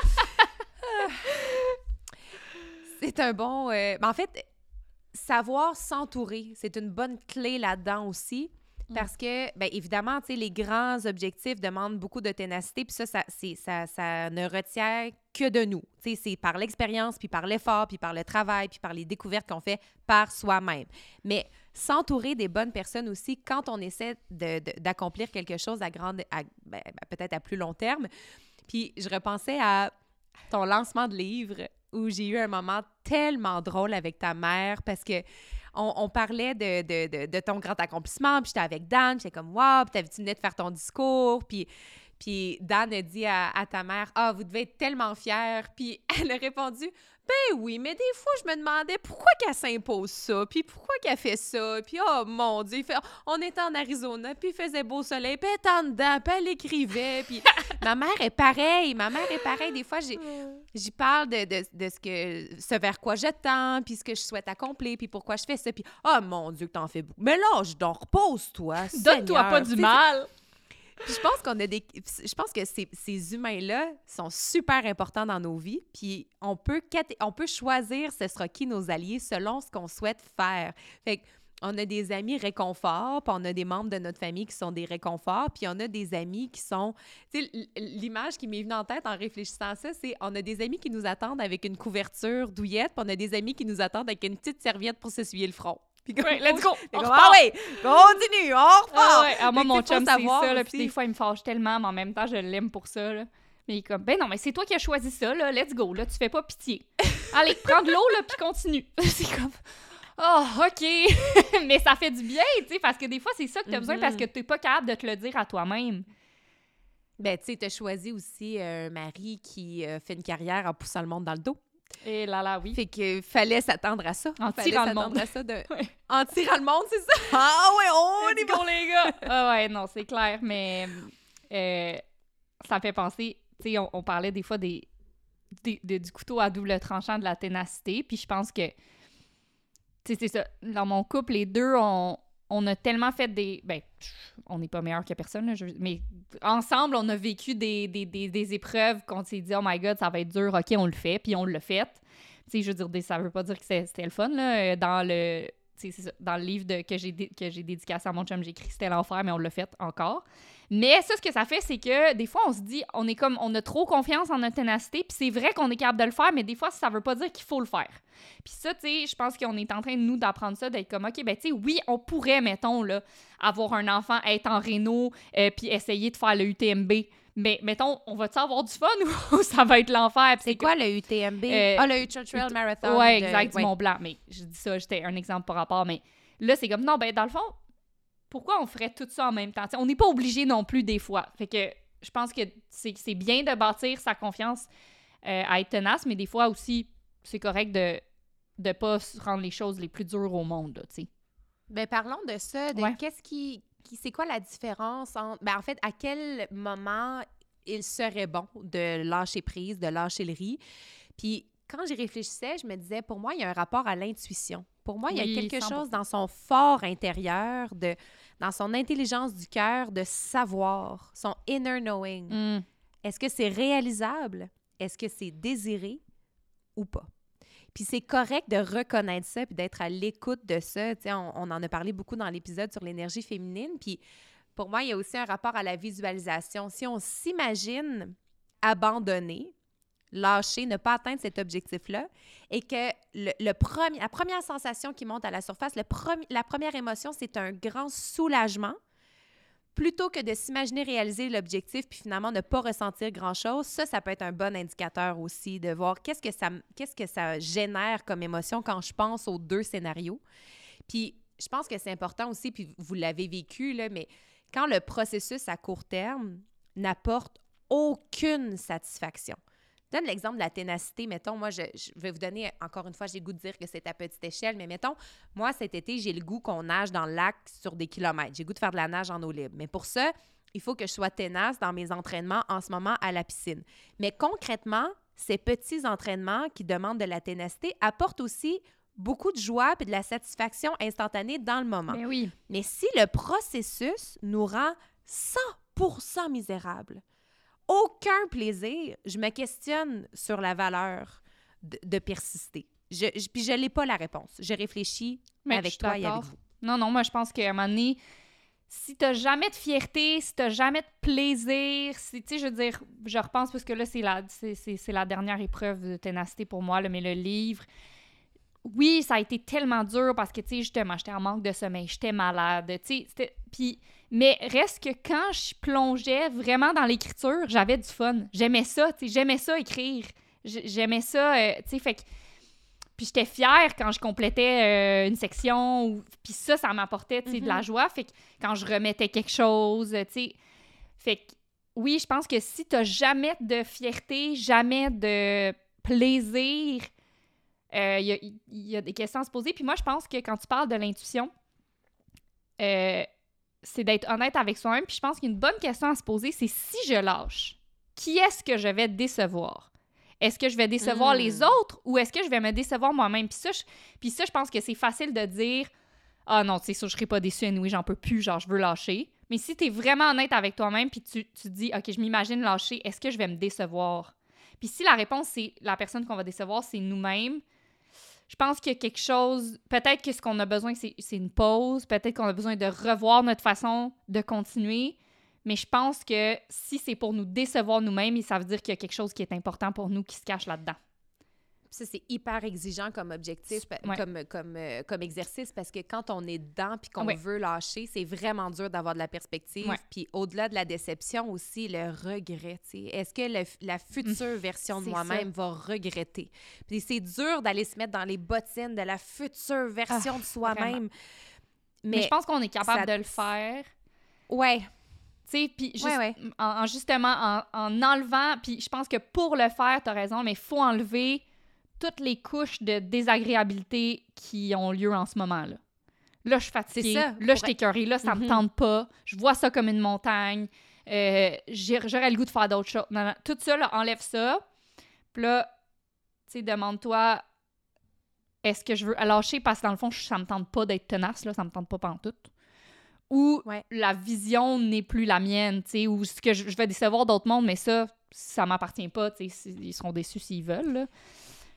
C'est un bon... en fait, savoir s'entourer, c'est une bonne clé là-dedans aussi. Parce que, bien évidemment, tu sais, les grands objectifs demandent beaucoup de ténacité, puis ça ne retient que de nous. Tu sais, c'est par l'expérience, puis par l'effort, puis par le travail, puis par les découvertes qu'on fait par soi-même. Mais s'entourer des bonnes personnes aussi, quand on essaie d'accomplir quelque chose peut-être à plus long terme. Puis je repensais à ton lancement de livre, où j'ai eu un moment tellement drôle avec ta mère, parce que on parlait de ton grand accomplissement, puis j'étais avec Dan, puis j'étais comme « Wow! » Puis tu venais de faire ton discours, puis Dan a dit à ta mère « Ah, vous devez être tellement fière! » Puis elle a répondu « Ben oui, mais des fois, je me demandais pourquoi qu'elle s'impose ça, puis pourquoi qu'elle fait ça, puis oh mon Dieu, on était en Arizona, puis il faisait beau soleil, puis elle était en dedans, puis elle écrivait, puis ma mère est pareille, des fois, j'y parle de ce vers quoi je tends, puis ce que je souhaite accomplir, puis pourquoi je fais ça, puis oh mon Dieu, que t'en fais beaucoup. Mais là, repose-toi, donne-toi pas du mal! Puis je pense que ces humains-là sont super importants dans nos vies, puis on peut choisir ce sera qui nos alliés selon ce qu'on souhaite faire. Fait qu'on a des amis réconforts, puis on a des membres de notre famille qui sont des réconforts, puis on a des amis qui sont... Tu sais, l'image qui m'est venue en tête en réfléchissant à ça, c'est on a des amis qui nous attendent avec une couverture douillette, puis on a des amis qui nous attendent avec une petite serviette pour s'essuyer le front. Puis ouais, let's go! Ouais, continue, on repart! Moi, mon chum, c'est ça, là, puis des fois, il me fâche tellement, mais en même temps, je l'aime pour ça, là. Mais il est comme, ben non, mais c'est toi qui as choisi ça, là, let's go, là, tu fais pas pitié. Allez, prends de l'eau, là, puis continue. C'est comme, oh, OK! Mais ça fait du bien, tu sais, parce que des fois, c'est ça que t'as besoin, parce que t'es pas capable de te le dire à toi-même. Ben, tu sais, t'as choisi aussi un mari qui fait une carrière en poussant le monde dans le dos. Et là, oui. Fait qu'il fallait s'attendre à ça. En tirant le monde. En tirant le monde, c'est ça? Ah ouais, on est bon, les gars! Ah ouais, non, c'est clair, mais ça me fait penser, tu sais, on parlait des fois du couteau à double tranchant de la ténacité, puis je pense que, tu sais, c'est ça, dans mon couple, les deux, on a tellement fait ben, on n'est pas meilleur que personne, là, mais ensemble, on a vécu des épreuves qu'on s'est dit « Oh my God, ça va être dur, OK, on le fait », puis on l'a fait. Tu sais, je veux dire, ça veut pas dire que c'était le fun, là. Dans le... C'est ça, dans le livre que j'ai dédicacé à mon chum, j'ai écrit c'était l'enfer, mais on l'a fait encore. Mais ça, ce que ça fait, c'est que des fois, on se dit, on a trop confiance en notre ténacité, puis c'est vrai qu'on est capable de le faire, mais des fois, ça veut pas dire qu'il faut le faire. Puis ça, tu sais, je pense qu'on est en train, nous, d'apprendre ça, d'être comme, OK, ben tu sais, oui, on pourrait, mettons, là, avoir un enfant, être en réno, puis essayer de faire le UTMB. Mais, mettons, on va-tu avoir du fun ou ça va être l'enfer? C'est quoi le UTMB? le Ultra Trail Marathon. Ouais, exact, du Mont-Blanc. Mais je dis ça, j'étais un exemple par rapport. Mais là, c'est comme, non, ben dans le fond, pourquoi on ferait tout ça en même temps? T'sais, on n'est pas obligé non plus des fois. Fait que je pense que c'est bien de bâtir sa confiance à être tenace, mais des fois aussi, c'est correct de ne pas rendre les choses les plus dures au monde, tu sais. Ben parlons de ça. Ouais. C'est quoi la différence entre... Ben en fait, à quel moment il serait bon de lâcher prise, de lâcher le riz? Puis quand j'y réfléchissais, je me disais, pour moi, il y a un rapport à l'intuition. Pour moi, il y a quelque 100%. chose dans son fort intérieur, dans son intelligence du cœur, de savoir, son inner knowing. Est-ce que c'est réalisable? Est-ce que c'est désiré ou pas? Puis c'est correct de reconnaître ça puis d'être à l'écoute de ça. Tu sais, on en a parlé beaucoup dans l'épisode sur l'énergie féminine. Puis pour moi, il y a aussi un rapport à la visualisation. Si on s'imagine abandonner, lâcher, ne pas atteindre cet objectif-là, et que la première sensation qui monte à la surface, la première émotion, c'est un grand soulagement, plutôt que de s'imaginer réaliser l'objectif puis finalement ne pas ressentir grand-chose, ça peut être un bon indicateur aussi de voir qu'est-ce que ça génère comme émotion quand je pense aux deux scénarios. Puis je pense que c'est important aussi, puis vous l'avez vécu, là, mais quand le processus à court terme n'apporte aucune satisfaction. Je donne l'exemple de la ténacité. Mettons, moi, je vais vous donner, encore une fois, j'ai le goût de dire que c'est à petite échelle, mais mettons, moi, cet été, j'ai le goût qu'on nage dans le lac sur des kilomètres. J'ai le goût de faire de la nage en eau libre. Mais pour ça, il faut que je sois tenace dans mes entraînements en ce moment à la piscine. Mais concrètement, ces petits entraînements qui demandent de la ténacité apportent aussi beaucoup de joie et de la satisfaction instantanée dans le moment. Ben oui. Mais si le processus nous rend 100% misérables, aucun plaisir, je me questionne sur la valeur de persister. Puis je n'ai pas la réponse. Je réfléchis avec toi et avec vous. Non, moi, je pense qu'à un moment donné, si tu n'as jamais de fierté, si tu n'as jamais de plaisir, tu sais, je veux dire, je repense parce que là, c'est la dernière épreuve de ténacité pour moi, là, mais le livre, oui, ça a été tellement dur parce que, tu sais, justement, j'étais en manque de sommeil, j'étais malade, tu sais, puis... Mais reste que quand je plongeais vraiment dans l'écriture, j'avais du fun. J'aimais ça, tu sais, j'aimais ça écrire. J'aimais ça, tu sais, fait que... Puis j'étais fière quand je complétais une section, puis ça m'apportait, tu sais, de la joie. Fait que quand je remettais quelque chose, tu sais... Fait que, oui, je pense que si t'as jamais de fierté, jamais de plaisir, il y a des questions à se poser. Puis moi, je pense que quand tu parles de l'intuition... c'est d'être honnête avec soi-même. Puis je pense qu'une bonne question à se poser, c'est si je lâche, qui est-ce que je vais décevoir? Est-ce que je vais décevoir les autres ou est-ce que je vais me décevoir moi-même? Puis ça, je pense que c'est facile de dire « Ah non, c'est sûr, je serai pas déçue, oui, j'en peux plus, genre, je veux lâcher. » Mais si tu es vraiment honnête avec toi-même puis tu dis « OK, je m'imagine lâcher, est-ce que je vais me décevoir? » Puis si la réponse, c'est la personne qu'on va décevoir, c'est nous-mêmes, je pense qu'il y a quelque chose... Peut-être que ce qu'on a besoin, c'est une pause. Peut-être qu'on a besoin de revoir notre façon de continuer. Mais je pense que si c'est pour nous décevoir nous-mêmes, ça veut dire qu'il y a quelque chose qui est important pour nous qui se cache là-dedans. Ça, c'est hyper exigeant comme objectif, comme exercice, parce que quand on est dedans puis qu'on veut lâcher, c'est vraiment dur d'avoir de la perspective. Puis au-delà de la déception aussi, le regret. T'sais. Est-ce que la future version de moi-même va regretter? Puis c'est dur d'aller se mettre dans les bottines de la future version de soi-même. Mais je pense qu'on est capable de le faire. Ouais. Tu sais, puis justement, en enlevant... Puis je pense que pour le faire, t'as raison, mais il faut enlever toutes les couches de désagréabilité qui ont lieu en ce moment-là. Là, je suis fatiguée. Là, je suis écœurée. Là, ça me tente pas. Je vois ça comme une montagne. J'aurais le goût de faire d'autres choses. Non, tout ça, là, enlève ça. Puis là, tu sais, demande-toi, est-ce que je veux lâcher parce que dans le fond, ça me tente pas d'être tenace, là, ça me tente pas pantoute. Ou la vision n'est plus la mienne, tu sais, ou ce que je vais décevoir d'autres mondes, mais ça m'appartient pas, tu sais, ils seront déçus s'ils veulent, là.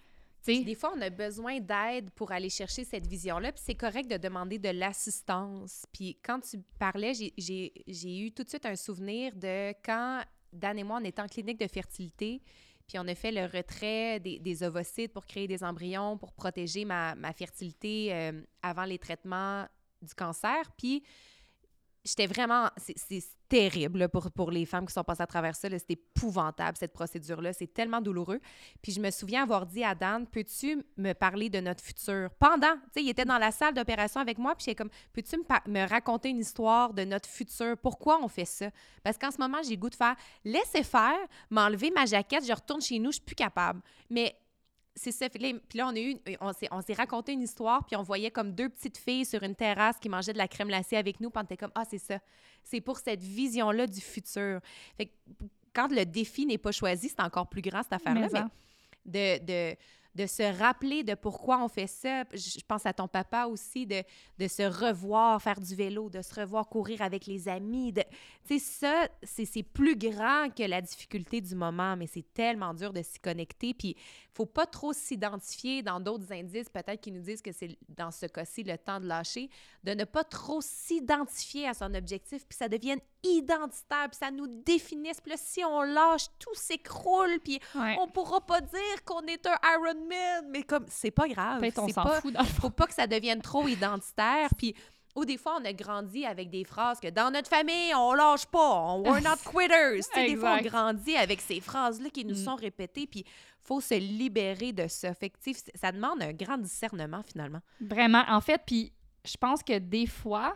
Tu sais, Des fois, on a besoin d'aide pour aller chercher cette vision-là, puis c'est correct de demander de l'assistance. Puis quand tu parlais, j'ai eu tout de suite un souvenir de quand Dan et moi, on était en clinique de fertilité, puis on a fait le retrait des ovocytes pour créer des embryons, pour protéger ma fertilité avant les traitements du cancer. Puis j'étais vraiment... C'est terrible là, pour les femmes qui sont passées à travers ça. C'est épouvantable, cette procédure-là. C'est tellement douloureux. Puis je me souviens avoir dit à Dan, peux-tu me parler de notre futur? Pendant, tu sais, il était dans la salle d'opération avec moi, puis j'étais comme, peux-tu me raconter une histoire de notre futur? Pourquoi on fait ça? Parce qu'en ce moment, j'ai le goût de faire, laissez faire, m'enlever ma jaquette, je retourne chez nous, je suis plus capable. Mais c'est ça. Puis là, on s'est raconté une histoire, puis on voyait comme deux petites filles sur une terrasse qui mangeaient de la crème glacée avec nous, puis on était comme, ah, c'est ça. C'est pour cette vision-là du futur. Fait que quand le défi n'est pas choisi, c'est encore plus grand, cette affaire-là. Mais de se rappeler de pourquoi on fait ça. Je pense à ton papa aussi, de se revoir faire du vélo, de se revoir courir avec les amis. Tu sais, ça, c'est plus grand que la difficulté du moment, mais c'est tellement dur de s'y connecter. Puis, il faut pas trop s'identifier dans d'autres indices, peut-être qui nous disent que c'est, dans ce cas-ci, le temps de lâcher, de ne pas trop s'identifier à son objectif, puis ça devienne identitaire, puis ça nous définisse. Puis là, si on lâche, tout s'écroule, puis on pourra pas dire qu'on est un Ironman, mais comme, c'est pas grave. peut-être on s'en fout dans le fond. Faut pas que ça devienne trop identitaire, puis ou des fois, on a grandi avec des phrases que dans notre famille, on lâche pas, we're not quitters. Des fois, on grandit avec ces phrases-là qui nous sont répétées, puis il faut se libérer de ça. Fait que, ça demande un grand discernement, finalement. Vraiment. En fait, puis je pense que des fois,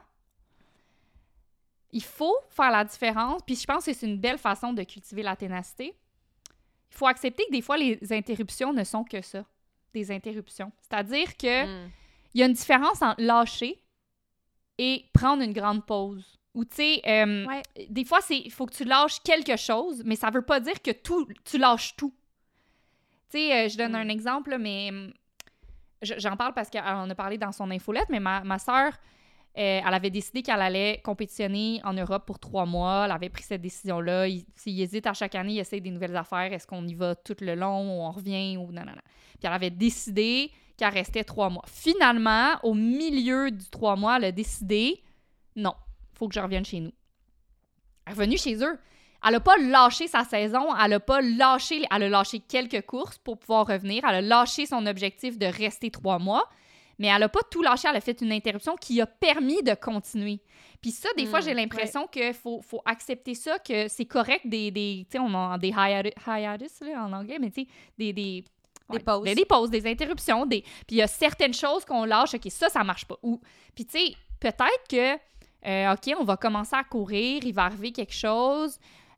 il faut faire la différence, puis je pense que c'est une belle façon de cultiver la ténacité. Il faut accepter que des fois, les interruptions ne sont que ça, des interruptions. C'est-à-dire que il y a une différence entre lâcher et prendre une grande pause. Ou, tu sais, des fois, il faut que tu lâches quelque chose, mais ça veut pas dire que tu lâches tout. Tu sais, je donne un exemple, là, mais j'en parle parce qu'on a parlé dans son infolette, mais ma sœur, elle avait décidé qu'elle allait compétitionner en Europe pour 3 mois. Elle avait pris cette décision-là. Il hésite à chaque année, il essaie des nouvelles affaires. Est-ce qu'on y va tout le long ou on revient ou non. Puis elle avait décidé qu'elle restait 3 mois. Finalement, au milieu du 3 mois, elle a décidé, non, il faut que je revienne chez nous. Elle est revenue chez eux. Elle n'a pas lâché sa saison, elle a lâché quelques courses pour pouvoir revenir. Elle a lâché son objectif de rester 3 mois. Mais elle n'a pas tout lâché, elle a fait une interruption qui a permis de continuer. Puis ça, des fois, j'ai l'impression qu'il faut accepter ça, que c'est correct tu sais, on a des hiatus là, en anglais, mais tu sais, des pauses. Des pauses, des interruptions. Puis il y a certaines choses qu'on lâche, OK, ça marche pas. Puis tu sais, peut-être que, OK, on va commencer à courir, il va arriver quelque chose,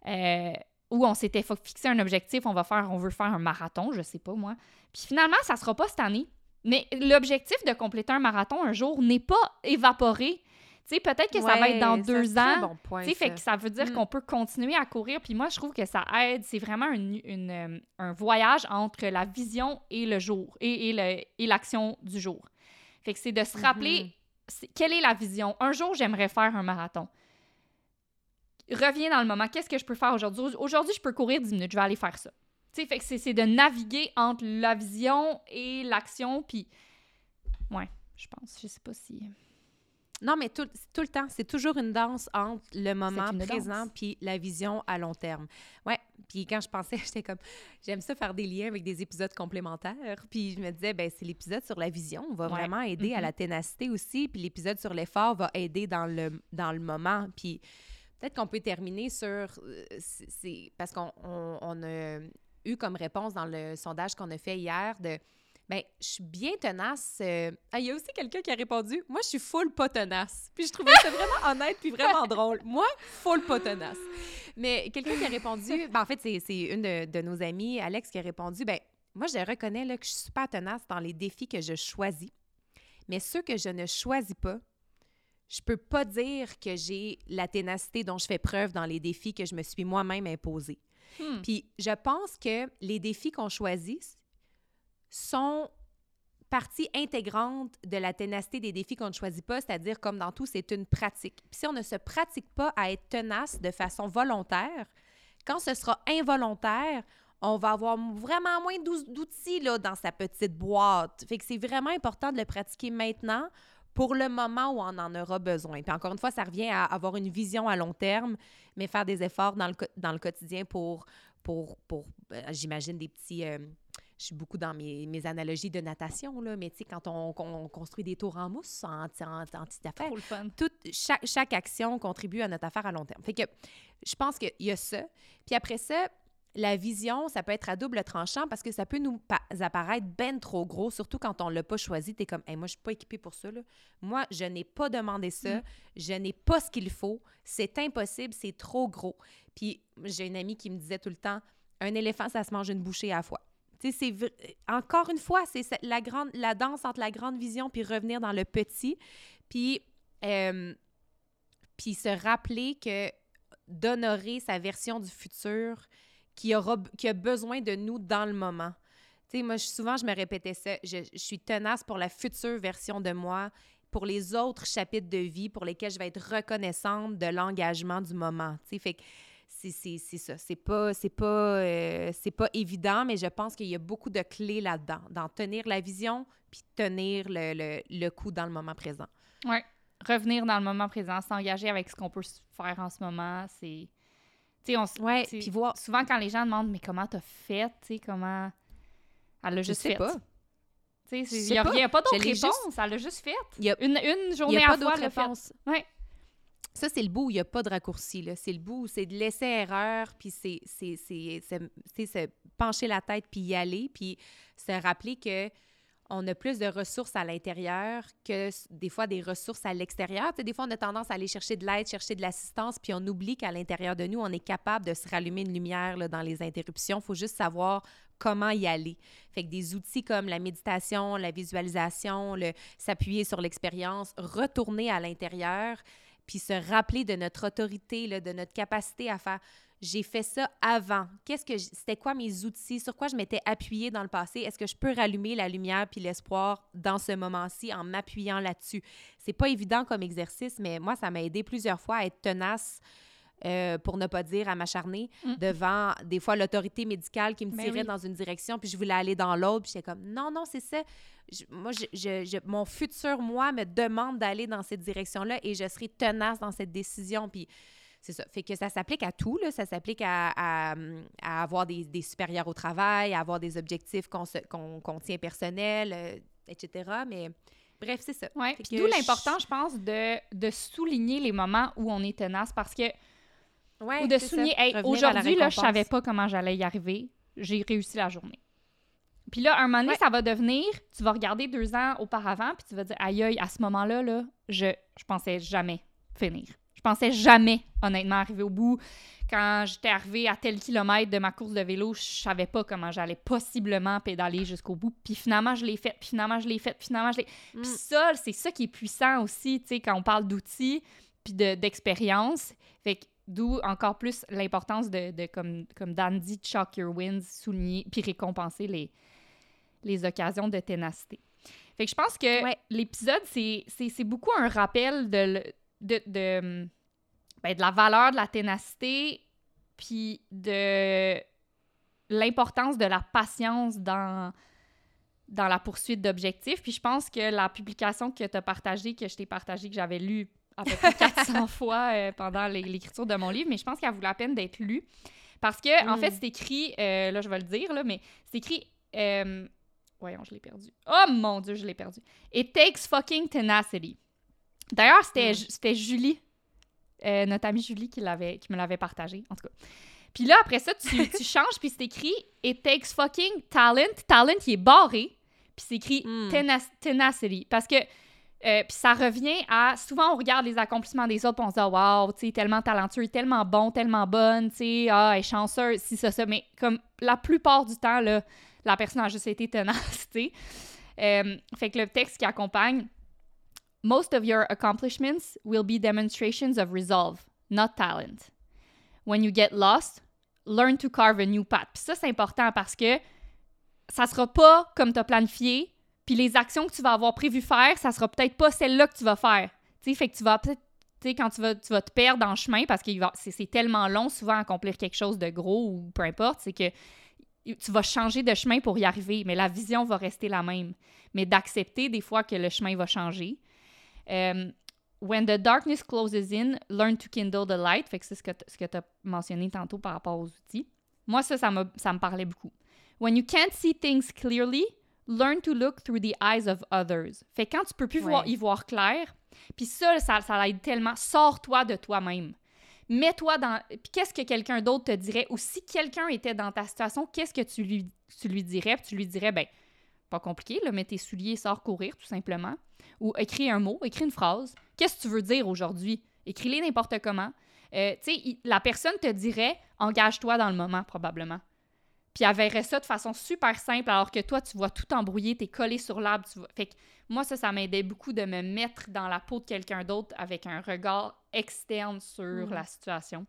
où on s'était fixé un objectif, on veut faire un marathon, je sais pas moi. Puis finalement, ça sera pas cette année. Mais l'objectif de compléter un marathon un jour n'est pas évaporé. Tu sais, peut-être que ça va être dans 2 ans. Bon point, fait que ça veut dire qu'on peut continuer à courir. Puis moi, je trouve que ça aide. C'est vraiment un voyage entre la vision et le jour, et l'action du jour. Fait que c'est de se rappeler quelle est la vision. Un jour, j'aimerais faire un marathon. Reviens dans le moment. Qu'est-ce que je peux faire aujourd'hui? Aujourd'hui, je peux courir 10 minutes. Je vais aller faire ça. Tu sais, fait que c'est de naviguer entre la vision et l'action, puis... Ouais, je pense. Je sais pas si... Non, mais tout le temps, c'est toujours une danse entre le moment présent puis la vision à long terme. Ouais, puis quand je pensais, j'étais comme... J'aime ça faire des liens avec des épisodes complémentaires, puis je me disais, ben c'est l'épisode sur la vision va vraiment aider à la ténacité aussi, puis l'épisode sur l'effort va aider dans le moment, puis peut-être qu'on peut terminer sur... parce qu'on a eu comme réponse dans le sondage qu'on a fait hier de ben je suis bien tenace. Il y a aussi quelqu'un qui a répondu moi je suis full pas tenace. Puis je trouvais ça vraiment honnête puis vraiment drôle. Moi full pas tenace. Mais quelqu'un qui a répondu en fait c'est une de nos amies Alex qui a répondu ben moi je reconnais là que je suis super tenace dans les défis que je choisis. Mais ceux que je ne choisis pas, je peux pas dire que j'ai la ténacité dont je fais preuve dans les défis que je me suis moi-même imposés. Puis je pense que les défis qu'on choisit sont partie intégrante de la ténacité des défis qu'on ne choisit pas, c'est-à-dire comme dans tout, c'est une pratique. Puis si on ne se pratique pas à être tenace de façon volontaire, quand ce sera involontaire, on va avoir vraiment moins d'outils là, dans sa petite boîte. Fait que c'est vraiment important de le pratiquer maintenant pour le moment où on en aura besoin. Puis encore une fois, ça revient à avoir une vision à long terme, mais faire des efforts dans le quotidien pour j'imagine, des petits... je suis beaucoup dans mes analogies de natation, là, mais tu sais, quand on construit des tours en mousse, en petites affaires, Trop le fun. chaque action contribue à notre affaire à long terme. Fait que je pense qu'il y a ça. Puis après ça, la vision, ça peut être à double tranchant parce que ça peut nous apparaître ben trop gros, surtout quand on ne l'a pas choisi. Tu es comme, hey, moi, je ne suis pas équipée pour ça. Là. Moi, je n'ai pas demandé ça. Je n'ai pas ce qu'il faut. C'est impossible. C'est trop gros. Puis j'ai une amie qui me disait tout le temps, un éléphant, ça se mange une bouchée à la fois. Tu sais, encore une fois, c'est la danse entre la grande vision puis revenir dans le petit. Puis se rappeler que d'honorer sa version du futur qui a besoin de nous dans le moment. Tu sais, moi, souvent, je me répétais ça. Je suis tenace pour la future version de moi, pour les autres chapitres de vie pour lesquels je vais être reconnaissante de l'engagement du moment. Tu sais, fait que c'est ça. C'est pas évident, mais je pense qu'il y a beaucoup de clés là-dedans, d'en tenir la vision puis tenir le coup dans le moment présent. Oui. Revenir dans le moment présent, s'engager avec ce qu'on peut faire en ce moment, c'est... Tu sais, puis voir... Souvent, quand les gens demandent « Mais comment t'as fait? » Tu sais, comment... Elle l'a juste fait. Pas. Tu sais, il n'y a pas d'autre réponse. Elle l'a juste fait. Une journée à la fois, elle l'a fait. Ouais. Ça, c'est le bout où il n'y a pas de raccourci. Là. C'est le bout où c'est de laisser erreur, puis c'est se pencher la tête, puis y aller, puis se rappeler que on a plus de ressources à l'intérieur que des fois des ressources à l'extérieur. Tu sais, des fois, on a tendance à aller chercher de l'aide, chercher de l'assistance, puis on oublie qu'à l'intérieur de nous, on est capable de se rallumer une lumière là, dans les interruptions. Il faut juste savoir comment y aller. Fait que des outils comme la méditation, la visualisation, s'appuyer sur l'expérience, retourner à l'intérieur, puis se rappeler de notre autorité, là, de notre capacité à faire « j'ai fait ça avant ». C'était quoi mes outils? Sur quoi je m'étais appuyée dans le passé? Est-ce que je peux rallumer la lumière puis l'espoir dans ce moment-ci en m'appuyant là-dessus? C'est pas évident comme exercice, mais moi, ça m'a aidé plusieurs fois à être tenace, pour ne pas dire à m'acharner, devant des fois l'autorité médicale qui me tirait dans une direction, puis je voulais aller dans l'autre, puis j'étais comme « non, c'est ça ». Mon futur moi me demande d'aller dans cette direction-là et je serai tenace dans cette décision. Puis c'est ça. Fait que ça s'applique à tout, là. Ça s'applique à avoir des supérieurs au travail, à avoir des objectifs qu'on tient personnels, etc. Mais bref, c'est ça. Oui, puis d'où l'important, je pense, de souligner les moments où on est tenace parce que ou de souligner, hey, aujourd'hui, là, je savais pas comment j'allais y arriver. J'ai réussi la journée. Puis là, un moment donné, ça va devenir, tu vas regarder 2 ans auparavant, puis tu vas dire, aïe, à ce moment-là, là, je pensais jamais finir. Je pensais jamais, honnêtement, arriver au bout. Quand j'étais arrivée à tel kilomètre de ma course de vélo, je savais pas comment j'allais possiblement pédaler jusqu'au bout. Puis finalement, je l'ai fait, puis finalement, je l'ai fait, puis finalement, je l'ai... Puis ça, c'est ça qui est puissant aussi, tu sais, quand on parle d'outils, puis d'expérience. Fait que d'où encore plus l'importance de comme Dan dit, « chalk your wins », souligner, puis récompenser les occasions de ténacité. Fait que je pense que l'épisode, c'est beaucoup un rappel de la valeur de la ténacité puis de l'importance de la patience dans la poursuite d'objectifs. Puis je pense que la publication que tu as partagée, que je t'ai partagée, que j'avais lue à peu près 400 fois pendant l'écriture de mon livre, mais je pense qu'elle vaut la peine d'être lue. Parce que, en fait, c'est écrit, là, je vais le dire, là, mais c'est écrit... voyons, je l'ai perdu. Oh mon Dieu, je l'ai perdu. It takes fucking tenacity. D'ailleurs, c'était Julie, notre amie Julie, qui me l'avait partagé, en tout cas. Puis là, après ça, tu changes, puis c'est écrit It takes fucking talent. Talent, il est barré, puis c'est écrit tenacity. Parce que, puis ça revient à... Souvent, on regarde les accomplissements des autres, puis on se dit « Wow, tu sais, tellement talentueux, tellement bon, tellement bonne, tu sais, elle est chanceuse, si ça. » Mais comme la plupart du temps, là, la personne a juste été tenace, tu sais. Fait que le texte qui accompagne « Most of your accomplishments will be demonstrations of resolve, not talent. When you get lost, learn to carve a new path. » Puis ça, c'est important parce que ça sera pas comme tu as planifié, puis les actions que tu vas avoir prévu faire, ça sera peut-être pas celle-là que tu vas faire. Tu sais, fait que tu vas peut-être, tu sais, quand tu vas te perdre dans le chemin parce que c'est tellement long souvent accomplir quelque chose de gros ou peu importe, c'est que Tu vas changer de chemin pour y arriver, mais la vision va rester la même. Mais d'accepter des fois que le chemin va changer. When the darkness closes in, learn to kindle the light. Fait que c'est ce que tu as mentionné tantôt par rapport aux outils. Moi, ça me parlait beaucoup. When you can't see things clearly, learn to look through the eyes of others. Fait que quand tu peux plus y voir clair, puis ça l'aide tellement. Sors-toi de toi-même. Mets-toi dans... Puis qu'est-ce que quelqu'un d'autre te dirait? Ou si quelqu'un était dans ta situation, qu'est-ce que tu lui dirais? Puis tu lui dirais, ben, pas compliqué, là, mets tes souliers, sors courir, tout simplement. Ou écris un mot, écris une phrase. Qu'est-ce que tu veux dire aujourd'hui? Écris-les n'importe comment. Tu sais, la personne te dirait, engage-toi dans le moment, probablement. Puis elle verrait ça de façon super simple, alors que toi, tu vois tout embrouillé, t'es collé sur l'arbre. Fait que moi, ça m'aidait beaucoup de me mettre dans la peau de quelqu'un d'autre avec un regard externe sur la situation.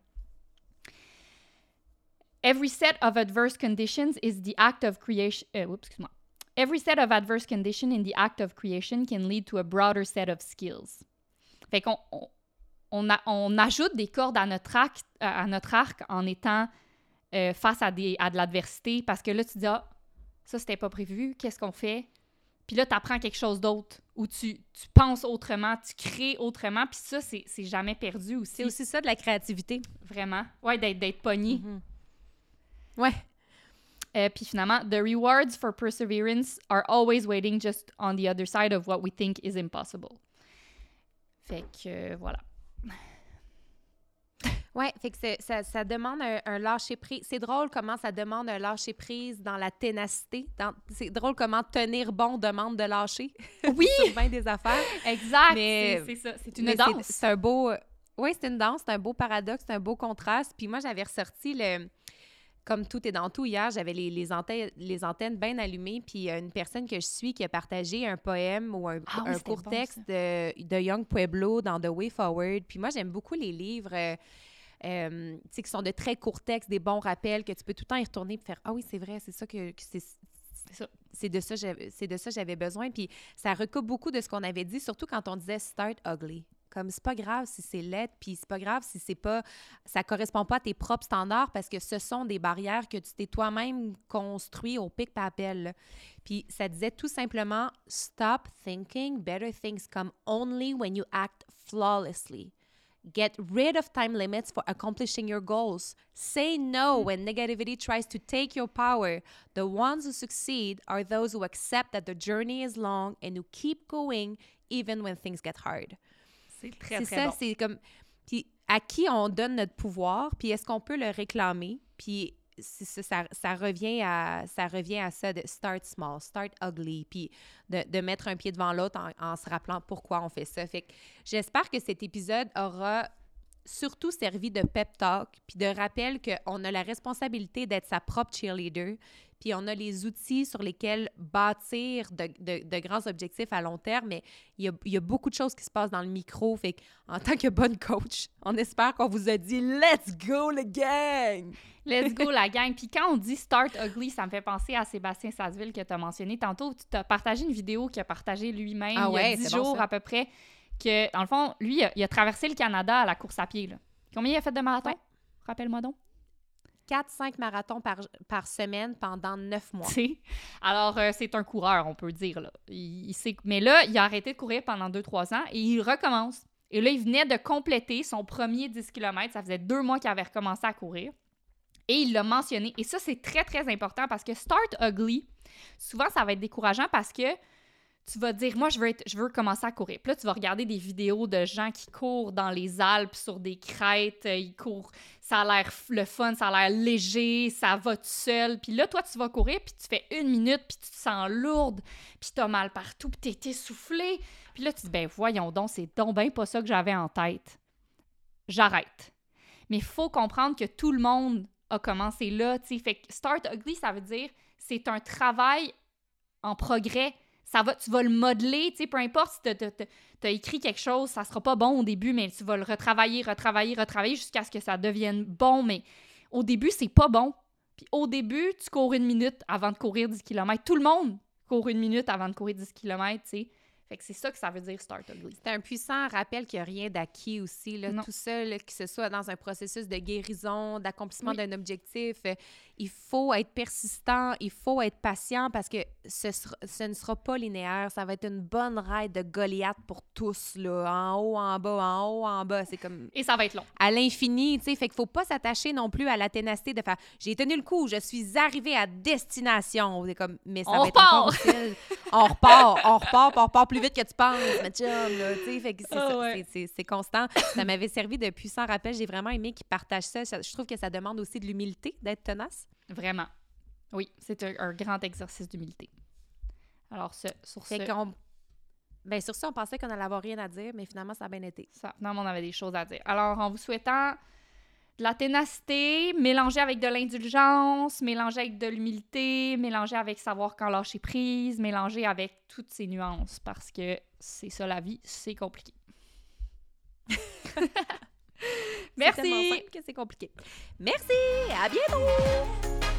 Every set of adverse conditions is the act of creation... Every set of adverse conditions in the act of creation can lead to a broader set of skills. Fait qu'on on ajoute des cordes à notre arc en étant face à de l'adversité, parce que là, tu dis « Ah, ça, c'était pas prévu, qu'est-ce qu'on fait? » Puis là, tu apprends quelque chose d'autre, ou tu penses autrement, tu crées autrement, puis ça, c'est jamais perdu aussi. C'est aussi ça de la créativité. Vraiment. Ouais, d'être pogné. Ouais. Puis finalement, « The rewards for perseverance are always waiting just on the other side of what we think is impossible. » Fait que, voilà. Oui, fait que ça demande un lâcher-prise. C'est drôle comment ça demande un lâcher-prise dans la ténacité. C'est drôle comment tenir bon demande de lâcher. Oui! Sur bien des affaires. Exact! Mais, c'est ça, c'est une danse. C'est un beau... Oui, c'est une danse, c'est un beau paradoxe, c'est un beau contraste. Puis moi, j'avais ressorti comme tout est dans tout, hier, j'avais les antennes bien allumées, puis une personne que je suis qui a partagé un poème ou un court texte de Young Pueblo dans The Way Forward. Puis moi, j'aime beaucoup les livres qui sont de très courts textes, des bons rappels, que tu peux tout le temps y retourner et faire « Ah oui, c'est vrai, c'est ça que c'est de ça que j'avais besoin. » Puis ça recoupe beaucoup de ce qu'on avait dit, surtout quand on disait « Start ugly ». Comme c'est pas grave si c'est laid, puis c'est pas grave si ça correspond pas à tes propres standards, parce que ce sont des barrières que tu t'es toi-même construit au pic-papel. Puis ça disait tout simplement « Stop thinking better things come only when you act flawlessly. Get rid of time limits for accomplishing your goals. Say no when negativity tries to take your power. The ones who succeed are those who accept that the journey is long and who keep going even when things get hard. » C'est très, c'est très ça, bon. c'est comme... Puis à qui on donne notre pouvoir, puis est-ce qu'on peut le réclamer? Puis ça revient à ça de start small, start ugly, puis de mettre un pied devant l'autre en se rappelant pourquoi on fait ça. Fait que j'espère que cet épisode aura surtout servi de pep talk, puis de rappel qu'on a la responsabilité d'être sa propre cheerleader, puis on a les outils sur lesquels bâtir de grands objectifs à long terme, mais il y a beaucoup de choses qui se passent dans le micro. Fait qu'en tant que bonne coach, on espère qu'on vous a dit « Let's go, le gang! » Let's go, la gang! Puis quand on dit « Start ugly », ça me fait penser à Sébastien Sasseville que tu as mentionné tantôt. Tu t'as partagé une vidéo qu'il a partagée lui-même il y a 10 jours à peu près, que dans le fond, lui, il a traversé le Canada à la course à pied. Là. Combien il a fait de marathons? Ouais. Rappelle-moi donc. 4-5 marathons par semaine pendant 9 mois. T'sais, alors, c'est un coureur, on peut dire. Là. Mais là, il a arrêté de courir pendant 2-3 ans et il recommence. Et là, il venait de compléter son premier 10 km. Ça faisait 2 mois qu'il avait recommencé à courir. Et il l'a mentionné. Et ça, c'est très, très important parce que start ugly, souvent, ça va être décourageant parce que tu vas te dire, moi, je veux commencer à courir. Puis là, tu vas regarder des vidéos de gens qui courent dans les Alpes sur des crêtes. Ils courent, ça a l'air le fun, ça a l'air léger, ça va tout seul. Puis là, toi, tu vas courir, puis tu fais 1 minute, puis tu te sens lourde, puis t'as mal partout, puis t'es essoufflé. Puis là, tu te dis, ben voyons donc, c'est donc bien pas ça que j'avais en tête. J'arrête. Mais il faut comprendre que tout le monde a commencé là, tu sais. Fait que start ugly, ça veut dire, c'est un travail en progrès. Tu vas le modeler, tu sais, peu importe si t'as écrit quelque chose, ça sera pas bon au début, mais tu vas le retravailler jusqu'à ce que ça devienne bon, mais au début, c'est pas bon. Puis au début, tu cours 1 minute avant de courir 10 km. Tout le monde court 1 minute avant de courir 10 km, tu sais. Fait que c'est ça que ça veut dire start ugly. C'est un puissant rappel qu'il n'y a rien d'acquis aussi. Là, tout ça, là, que ce soit dans un processus de guérison, d'accomplissement d'un objectif, il il faut être persistant, il faut être patient parce que ce ne sera pas linéaire. Ça va être une bonne ride de Goliath pour tous, là, en haut, en bas, en haut, en bas. C'est comme... Et ça va être long. À l'infini, tu sais. Fait qu'il faut pas s'attacher non plus à la ténacité de faire « J'ai tenu le coup, je suis arrivée à destination. » C'est comme « Mais ça va être encore utile. » On repart plus vite que tu penses, ma chum, là, tu sais. Fait que c'est ça, ouais. c'est constant. Ça m'avait servi de puissant rappel. J'ai vraiment aimé qu'ils partagent ça. Je trouve que ça demande aussi de l'humilité, d'être tenace. Vraiment. Oui, c'est un grand exercice d'humilité. Alors, sur ça, on pensait qu'on allait avoir rien à dire, mais finalement, ça a bien été. Finalement, on avait des choses à dire. Alors, en vous souhaitant de la ténacité, mélangée avec de l'indulgence, mélangée avec de l'humilité, mélangée avec savoir quand lâcher prise, mélangée avec toutes ces nuances, parce que c'est ça la vie, c'est compliqué. Merci! C'est tellement simple que c'est compliqué. Merci! À bientôt!